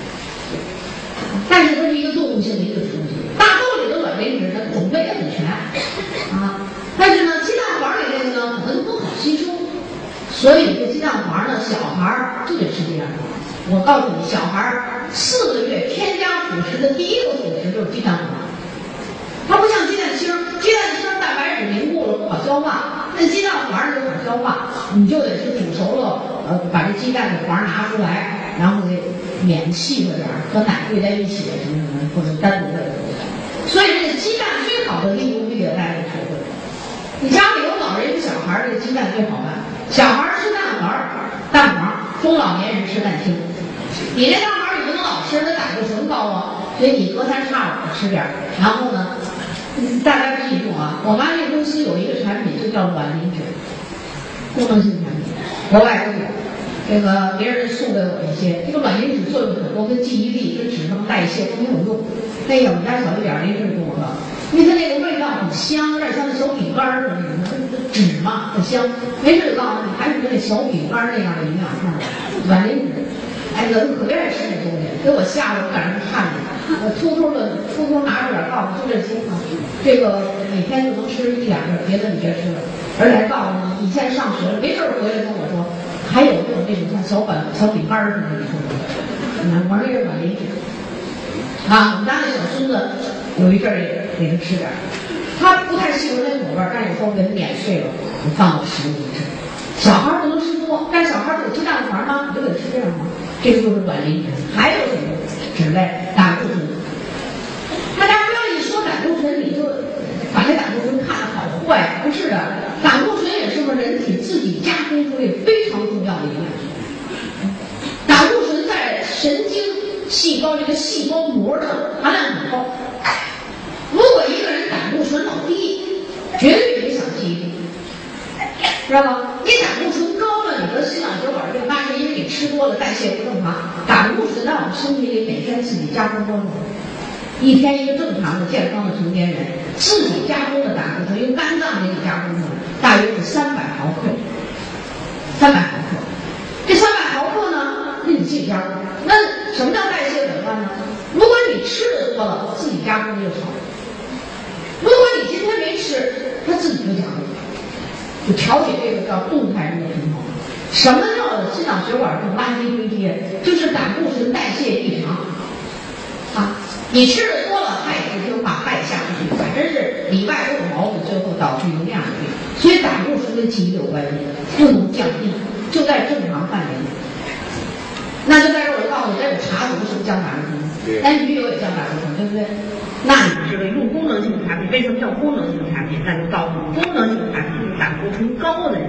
但是它是一个动物性的一个植物性，大豆里的卵磷脂它种类也很全啊。但是呢，鸡蛋黄里这个呢可能不好吸收，所以这鸡蛋黄呢，小孩就得吃鸡蛋黄。我告诉你，小孩4个月添加辅食的第一个辅食就是鸡蛋黄。它不像鸡蛋清，鸡蛋清蛋白质凝固了不好消化，那鸡蛋黄就好消化，你就得是煮熟了，把这鸡蛋的黄拿出来，然后得碾细了点，和奶兑在一起什么什么，或者单独的。所以这个鸡蛋最好的利用率大家得学会。你家里有老人有小孩，这个鸡蛋最好办。小孩吃蛋黄，中老年人吃蛋清。你这蛋黄你不能老吃，它胆固醇高啊，所以你隔三差五吃点。然后呢，大家记住啊，我妈这公司有一个产品就叫卵磷脂，功能性产品，国外都有。这个别人送给我一些，这个卵磷脂作用很多，跟记忆力、跟脂肪代谢都没有用。那个我们家小一点那阵跟我说，因为它那个味道很香，有点像那小饼干似的那种，脂嘛很香。没事就告诉你，还是跟那小饼干那样的营养成分。卵磷脂，哎，我就可别爱吃那东西，给我吓得我赶上看见，我偷偷拿出点告诉就这些啊，这个每天就能吃1-2个，别的你别吃了。而且还告诉你，以前上学了，没事回来跟我说。还有没有那种像小饼干似的？你说我这是卵磷脂啊。我们家那小孙子有一阵儿也给他吃点，他不太喜欢那口味，但有时候给他碾碎了，你放到食物里吃。小孩不能吃多，但是小孩有鸡蛋黄吗？你就给他吃这样吗？这个就是卵磷脂。还有什么脂类？胆固醇。大家不要一说胆固醇，你就把这胆固醇看得好坏，不是的。胆固醇也是我们人体自己加工出来非常重要的营养素。胆固醇在神经细胞这个细胞膜上含量很高。如果一个人胆固醇老低，绝对影响记忆力，知道吗？你胆固醇高了，你得心脑血管病，那是因为你吃多了，代谢不正常。胆固醇在我们身体里每天自己加工多少？一天一个正常的健康的成年人自己加工的胆固醇，用肝脏给你加工的，大约是300毫克。300毫克，这300毫克呢，那你自己加工。那什么叫代谢紊乱呢？如果你吃的多了，自己加工就少；如果你今天没吃，它自己就加工，就调节这个叫动态这个平衡。什么叫心脑血管病垃圾堆叠？就是胆固醇代谢异常啊。你吃的多了，它也不听话，它也下不去，反正是里外都有毛病，最后导致营养病。所以胆固醇跟记忆力有关系，不能降低，就在正常范围内。那就在这儿，我告诉你，这有茶毒是不是降胆固醇？但鱼油也降胆固醇，对不对？那你这个用功能性产品，为什么叫功能性产品？那就告诉你，功能性产品是胆固醇高的人。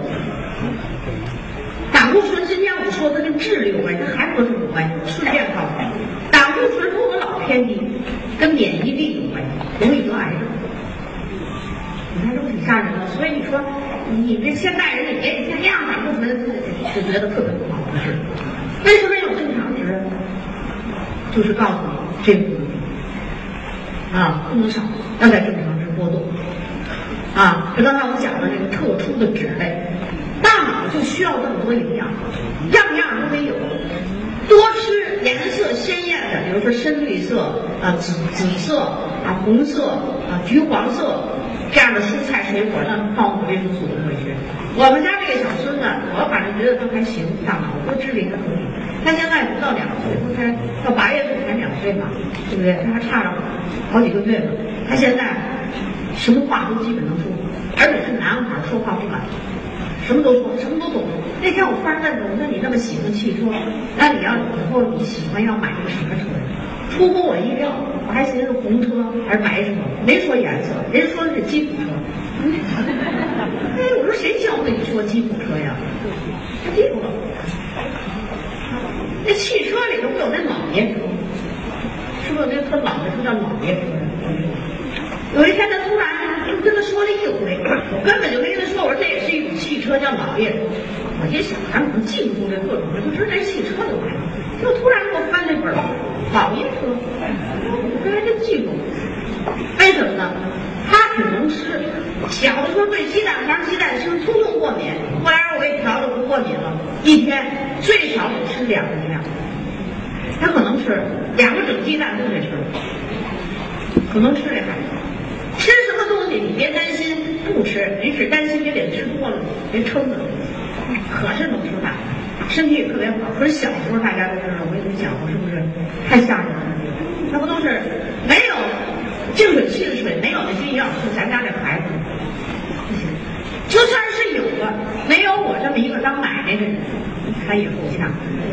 胆固醇今天我说它跟智力有关系，跟还和什么有关系？顺便告诉你，胆固醇如果老偏低，跟免疫力有关系，容易得癌症。你看这不挺吓人的？所以你说你这现代人，你别天天让胆固醇就觉得特别不好，不是？为什么有正常值？就是告诉你这个不能少，要在正常值波动。就刚才我讲的那个特殊的脂类，大脑就需要这么多营养，样样都得有。多吃颜色鲜艳的，比如说深绿色、紫色、红色、橘黄色这样的蔬菜水果，让放维生素回去。我们家这个小孙子，我反正觉得都还行，大脑多智力还可以。他现在不到2岁，不才到8月份才2岁嘛，对不对？他还差了好几个月呢。他现在什么话都基本能说，而且是男孩，说话不敢。什么都说，什么都懂。那天我突然问他，我说你那么喜欢汽车，那你要以后你喜欢要买个什么车呀？出乎我意料，我还寻思红车还是白车，没说颜色，人说的是吉普车。我说谁教给你说吉普车呀？他记住了。那汽车里头不有那老爷车，是不是那特老叫脑列车。有一天他突然跟他说了一回，我根本就没跟他说，我说这也是一种汽车，叫脑列车。我就想咱怎么记不住这各种，就知道这汽车就来了。就突然给我翻那本脑列车，我这还真记住。为什么呢？他挺能吃，小的时候对鸡蛋黄、鸡蛋清通通过敏，后来我给调的不过敏了，一天最少得吃2个鸡蛋。他可能吃2个整鸡蛋都得吃，可能吃这孩子。吃什么东西你别担心不吃，你只担心别给吃多了，别撑着。可是能吃饭，身体也特别好。可是小时候大家都知道，我跟你讲过，是不是太吓人了？那不都是没有净水器的水，没有那些营养素，咱家这孩子不行。就算是有了，没有我这么一个当奶奶的人，他也够呛。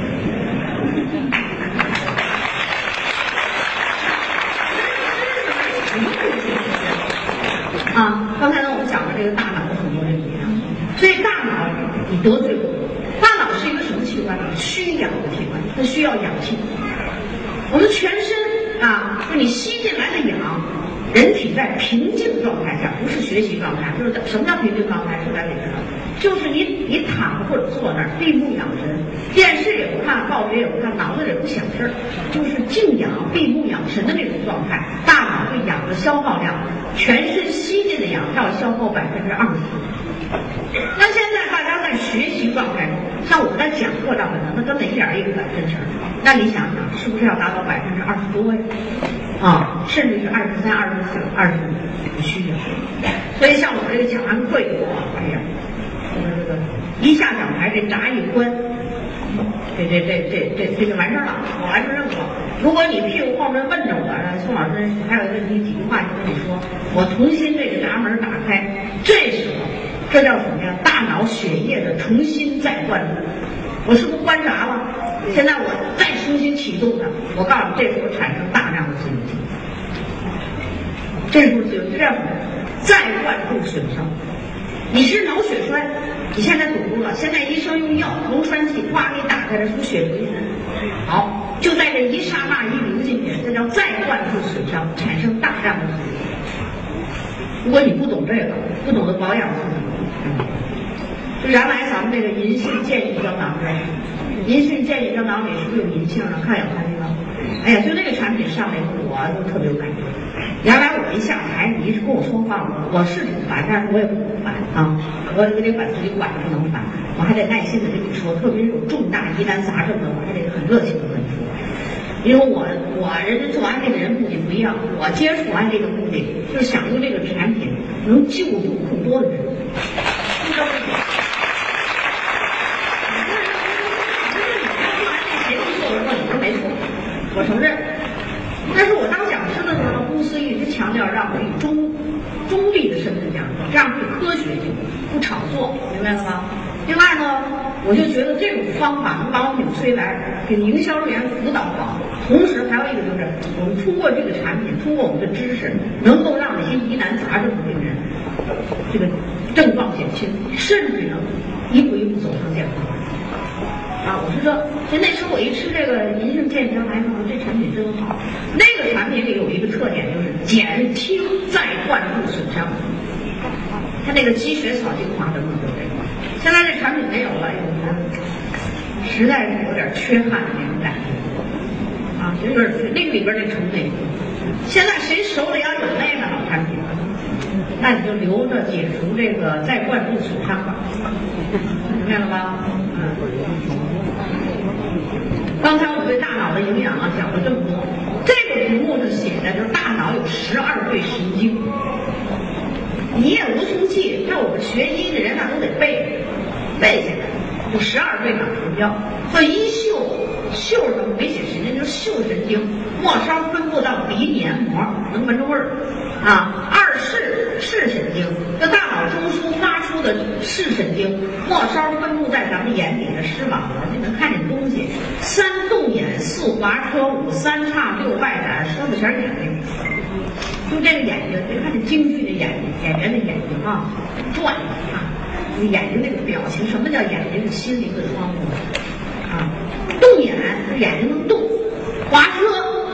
啊，刚才呢我们讲了这个大脑的很多这个营养，所以大脑你得罪我。大脑是一个什么器官？需氧的器官，它需要氧气。我们全身啊，就你吸进来的氧，人体在平静状态下，不是学习状态，就是什么叫平静状态？说来得知道，就是你躺着或者坐那儿，闭目养神，电视也不看，报纸也不看，脑子里也不想事儿，就是静养、闭目养神的那种状态。大脑对氧的消耗量，全身吸进的氧要消耗20%。那现在大家在学习状态中，像我在讲课上面呢，那根本一点也不敢真事儿。那你想想，是不是要达到20%多呀？啊，甚至是23%、24%、25%需要。所以像我这个讲完课以后啊，哎呀，这个一下讲台这闸一关，这就完事儿了，我完成任务了。如果你屁股后面问着我，宋老师还有问题几句话就跟你说，我重新这个闸门打开，这时候这叫什么呀？大脑血液的重新再灌注。我是不是关闸了？现在我再重新启动它，我告诉你，这时候产生大量的自由基，这时候自由基这样再灌注损伤。你是脑血栓，你现在堵住了，现在医生用药溶栓剂哗给打开了，出血流进来，好，就在这一刹那一流进去，这叫再灌注损伤，产生大量的自由基。如果你不懂这个，不懂得保养自己，就原来咱们这个银杏健益胶囊是吧？银杏健益胶囊里是不是有银杏呢？看有看见吗？哎呀，就那个产品上来以后，我就特别有感觉。原来我一下台，你一直跟我说话，我是挺烦，但是我也不烦啊，我得把自己管得不能烦，我还得耐心的跟你说，特别是有重大疑难杂症的，我还得很热情的跟你说。因为我人家做安利的人目的不一样，我接触安利的目的就是想用这个产品能救助更多的人。我承认，但是我当讲师的时候，公司一直强调让我以中立的身份讲，这样是科学性，不炒作，明白了吗？另外呢，我就觉得这种方法能把我们催来，给营销人员辅导好。同时还有一个就是，我们通过这个产品，通过我们的知识，能够让那些疑难杂症的病人，这个症状减轻，甚至能一步一步走向健康。啊，我是说，就那时候我一吃这个银杏健康，哎呀，这产品真好。那个产品里有一个特点，就是减轻再灌注损伤。它那个积雪草精华的目的这个，现在这产品没有了，有的实在是有点缺憾的那种感觉。啊，有点那个里边那成分，现在谁手里要有那个好产品，那你就留着解除这个再灌注损伤吧，明白了吧？刚才我对大脑的营养啊讲了这么多，这个题目上写的就是大脑有12对神经，你也无从记，像我们学医的人那都得背下来，有12对脑神经，所以一嗅什么没写神经，就是嗅神经，末梢分布到鼻黏膜，能闻着味儿啊。视神经，这大脑中枢发出的视神经，末梢分布在咱们眼底的视网膜，你能看见东西。3动眼，4滑车，5三叉，6外展，15前眼睛，就这个眼睛，别看这京剧的演员的眼睛啊，转啊，你眼睛那个表情，什么叫眼睛是心灵的窗户啊？动眼，眼睛能动；滑车，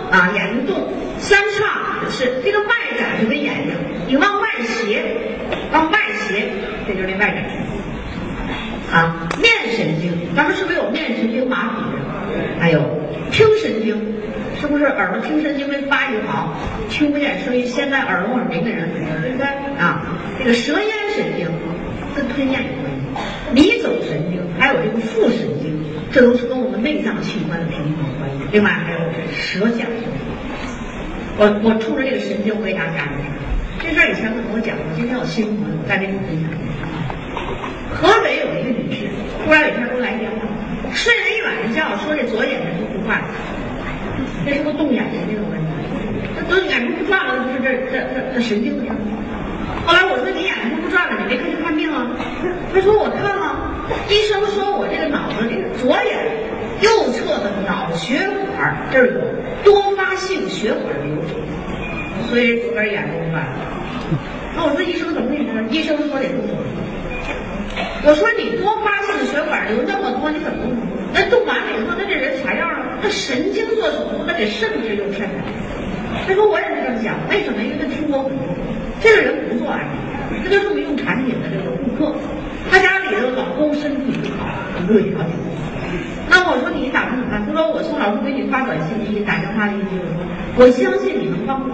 啊，眼睛动，三叉是这个外展这个眼睛，你往外斜，往外斜，这就是那外展。啊，面神经，咱们是不是有面神经麻痹的？还有听神经，是不是耳朵听神经没发育好，听不见声音？现在耳聋耳鸣的人，对不对啊？这个舌咽神经跟吞咽有关系，迷走神经，还有这个副神经，这都是跟我们内脏器官的平衡有关系。另外还有舌象神经。我冲着这个神经我给大家讲一下，这事儿以前跟我讲过，今天有新朋友在这里分享。河北有一个女士，突然有一天给我来电话，睡了一晚上觉，说这左眼睛不转了，这是不是动眼神经有问题？这左眼睛不转了，不是这神经的事。后来我说你眼睛不转了，你没看去看病啊？他说我看了，医生说我这个脑子这个左眼右侧的脑血管这儿有多发性血管瘤，所以左边眼睛不转了。那我说医生怎么回事？医生说得动手术。我说你多发性血管瘤那么多，你怎么动？那动完了以后，那这人啥样啊？那神经做手术，那得慎之又慎。他说我也是这么想，为什么？因为他听过很多，这个人不做爱，这就说明用产品的这个顾客，他家里的老公身体不好，不会调节。那我说你打算怎么办？他说我宋老师给你发短信，给你打电话的意思就是说，我相信你能帮我。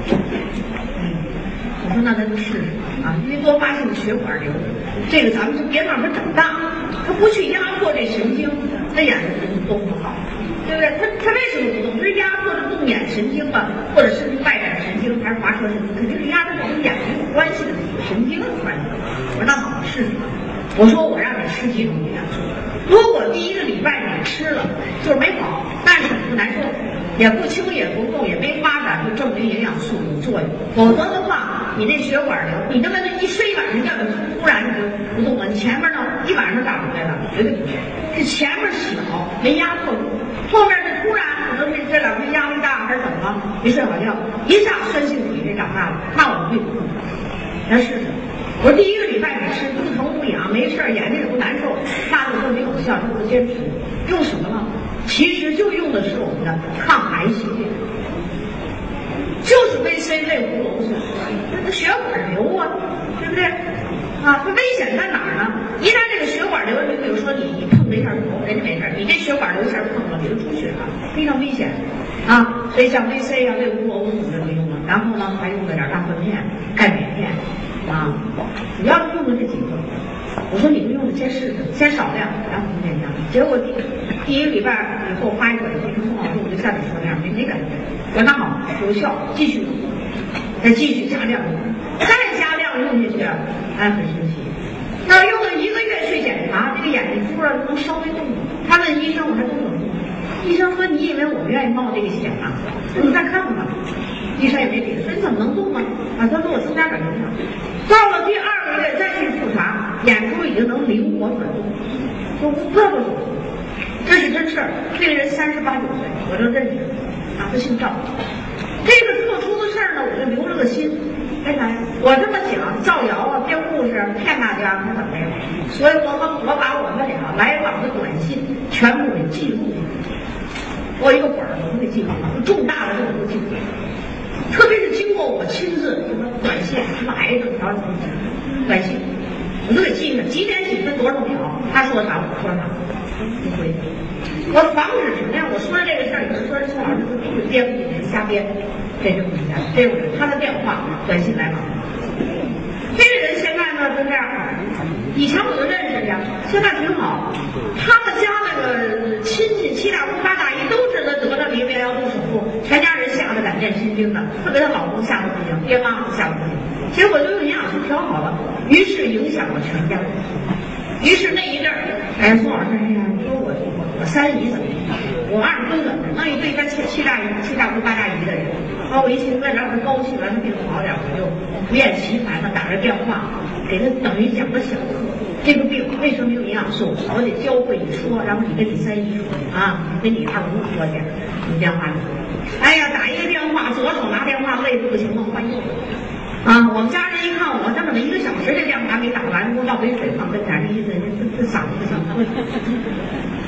我说那咱就试试啊，因为多发性血管瘤，这个咱们就别让它长大，他不去压迫这神经，那眼睛就动不好，对不对？他为什么不动？是压迫着动眼神经吧，或者是外展神经，还是滑车神经？肯定是压着跟眼睛有关系的神经有关系。我说那好，试试。我说我让你吃几种营养素，如果第一个礼拜你吃了就是没好，但是不难受，也不轻也不重，也没发展，就证明营养素有作用。否则的话，你这血管瘤，你这么一睡一晚上觉，突然你就不动了，你前面呢一晚上长出来了，绝对不是。是前面小没压迫住，后面是突然可能是这两天压力大还是怎么了，没睡好觉，一下酸性体质长大了，那我们会不动。来试试。我说第一个礼拜你吃不疼不痒没事，眼睛也不难受，那就证明有效，就不坚持。用什么了？其实就用的是我们的抗癌系列，就是 VC 类胡萝卜素，那血管瘤啊，对不对？啊，它危险在哪儿呢？一旦这个血管瘤，你比如说你碰了一下头，人家没事，你这血管瘤一下碰了，你就出血了，非常危险啊。所以像 VC 啊、类胡萝卜素这个用了，然后呢还用了点大蒜片、钙镁片啊，主要用的这几个。我说你不用的先试试，先少量，然后变量。结果第一个礼拜以后发一短信说宋老师，我就像你说那样没感觉。我说那好，有效，继续，再继续加量，再加量用下去，哎，很神奇。那用了1个月去检查，这个眼睛珠啊能稍微动动。他问医生，我还动不动？医生说你以为我们愿意冒这个险啊？你再看看吧。医生也没理，说你怎么能动呢？啊，他说我增加点能量。到了第2个月再去复查，眼珠已经能灵活转动，说不要做手术，这是真事儿。这个人38、9岁，我就认识啊，他姓赵。这个特殊的事儿呢，我就留了个心。哎来，我这么讲造谣啊，编故事骗大家，他怎么样？所以我把我们俩来往的短信全部给记录了。我一个本儿我都给记录了，重大的任务都记录了。特别是经过我亲自什么短信什么癌症调整短信，我都给记上，几点几分多少秒，他说啥我说啥，不回。我防止什么呀？我说的这个事儿，有人说宋老师是编故事瞎编，这就不一样。这种人他的电话短信来往，这个人现在呢就这样，以前我就认识呀，现在挺好。他们家那个亲戚7大姑8大姨都知道得了鼻胃要动手术，全家人吓得胆战心惊的，特别她老公吓得不行，爹妈都吓得不行。结果就用营养素调好了，于是影响了全家。于是那一阵儿，哎，宋老师，哎呀，你说我3姨怎么样？我2孙子，弄一堆跟7大姑8大姨的人，我一寻思让他高兴，让他病好点，我就不厌其烦的打着电话给他等于讲个小课。这个病为什么用营养素？我得教会你说，然后你跟你3姨说啊，跟你2姑说去，你电话里说。哎呀，打一个电话，左手拿电话累得不行了，换右手。啊，我们家人一看我这么1个小时这电话没打完，给我倒杯水放跟前，这意思这嗓子不行。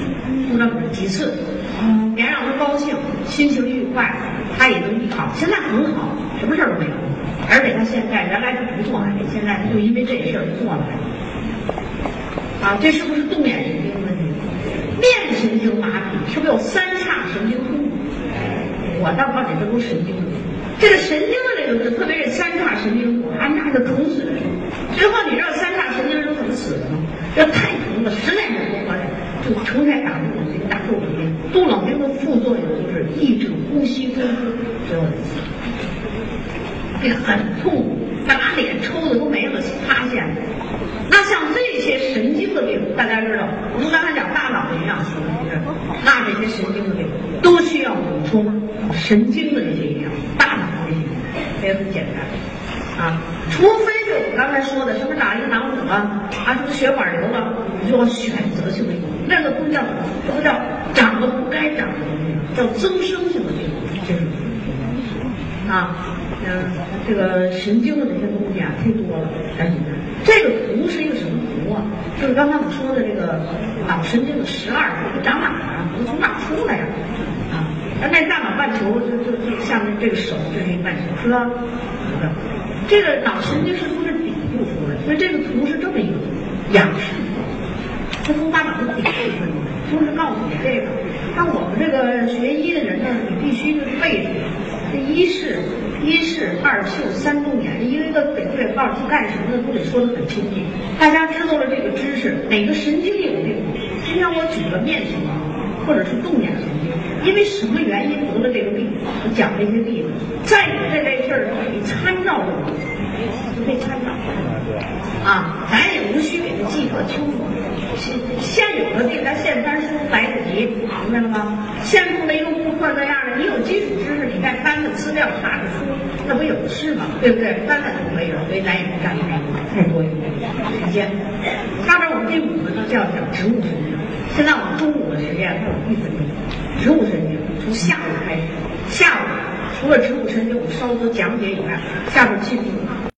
这么几次，别让他高兴，心情愉快，他也就依靠。现在很好，什么事儿都没有。而且他现在原来他不做爱，现在他就因为这事儿做了。啊，这是不是动眼神经问题？面神经麻痹是不是有三叉神经突？我倒告诉你，这都是神经的。这个神经的这个，特别是三叉神经突，按那个疼死人。之后你知道三叉神经是怎么死的吗？这太疼了，实在是不合适，就成天打杜冷经，打杜冷经。杜冷经的副作用就是抑制呼吸中枢，最后死。这很痛苦，把脸抽的都没了，塌陷。那像这些神经的病，大家知道，我们刚才讲大脑的营养素，是不是？那这些神经的病都需要补充神经的这些营养，大脑的这些营养，这也很简单啊。除非就我刚才说的什么打胰党阻了啊，什么血管瘤了，你就要选择性的用，那个不叫什么，都叫长得不该长的东西，叫增生性的病，这是啊。这个神经的这些东西啊，忒多了。这个图是一个什么图啊？就是刚才我说的这个脑神经的12图，长哪啊？不是从哪出来呀？啊，那大脑半球就像这个手，这是一个半球，是吧？这个脑神经是从这底部出来，所以这个图是这么一个图，仰视图，它从大脑的底部出来，就是告诉你这个。那我们这个学医的人呢，你必须就背着这一式、二嗅、三动眼，一个一个得告诉干什么的，都得说得很清楚。大家知道了这个知识，哪个神经有病？今天我举个面神经，或者是动眼神经，因为什么原因得了这个病？我讲这些例子，在你这类事儿上，你参照着我，就可以参照啊，咱也无需给他记得清楚。现有的病，咱现翻书来得及，明白了吗？现出了一个顾客这样的，你有基础知识，你再翻个资料查个书，那不有的是吗？对不对？翻翻就可以了，所以咱也不干太多时间。下边我们第5个呢，就要讲植物神经。现在我们中午的时间还有1分钟，植物神经从下午开始，下午除了植物神经我稍作讲解以外，下边进入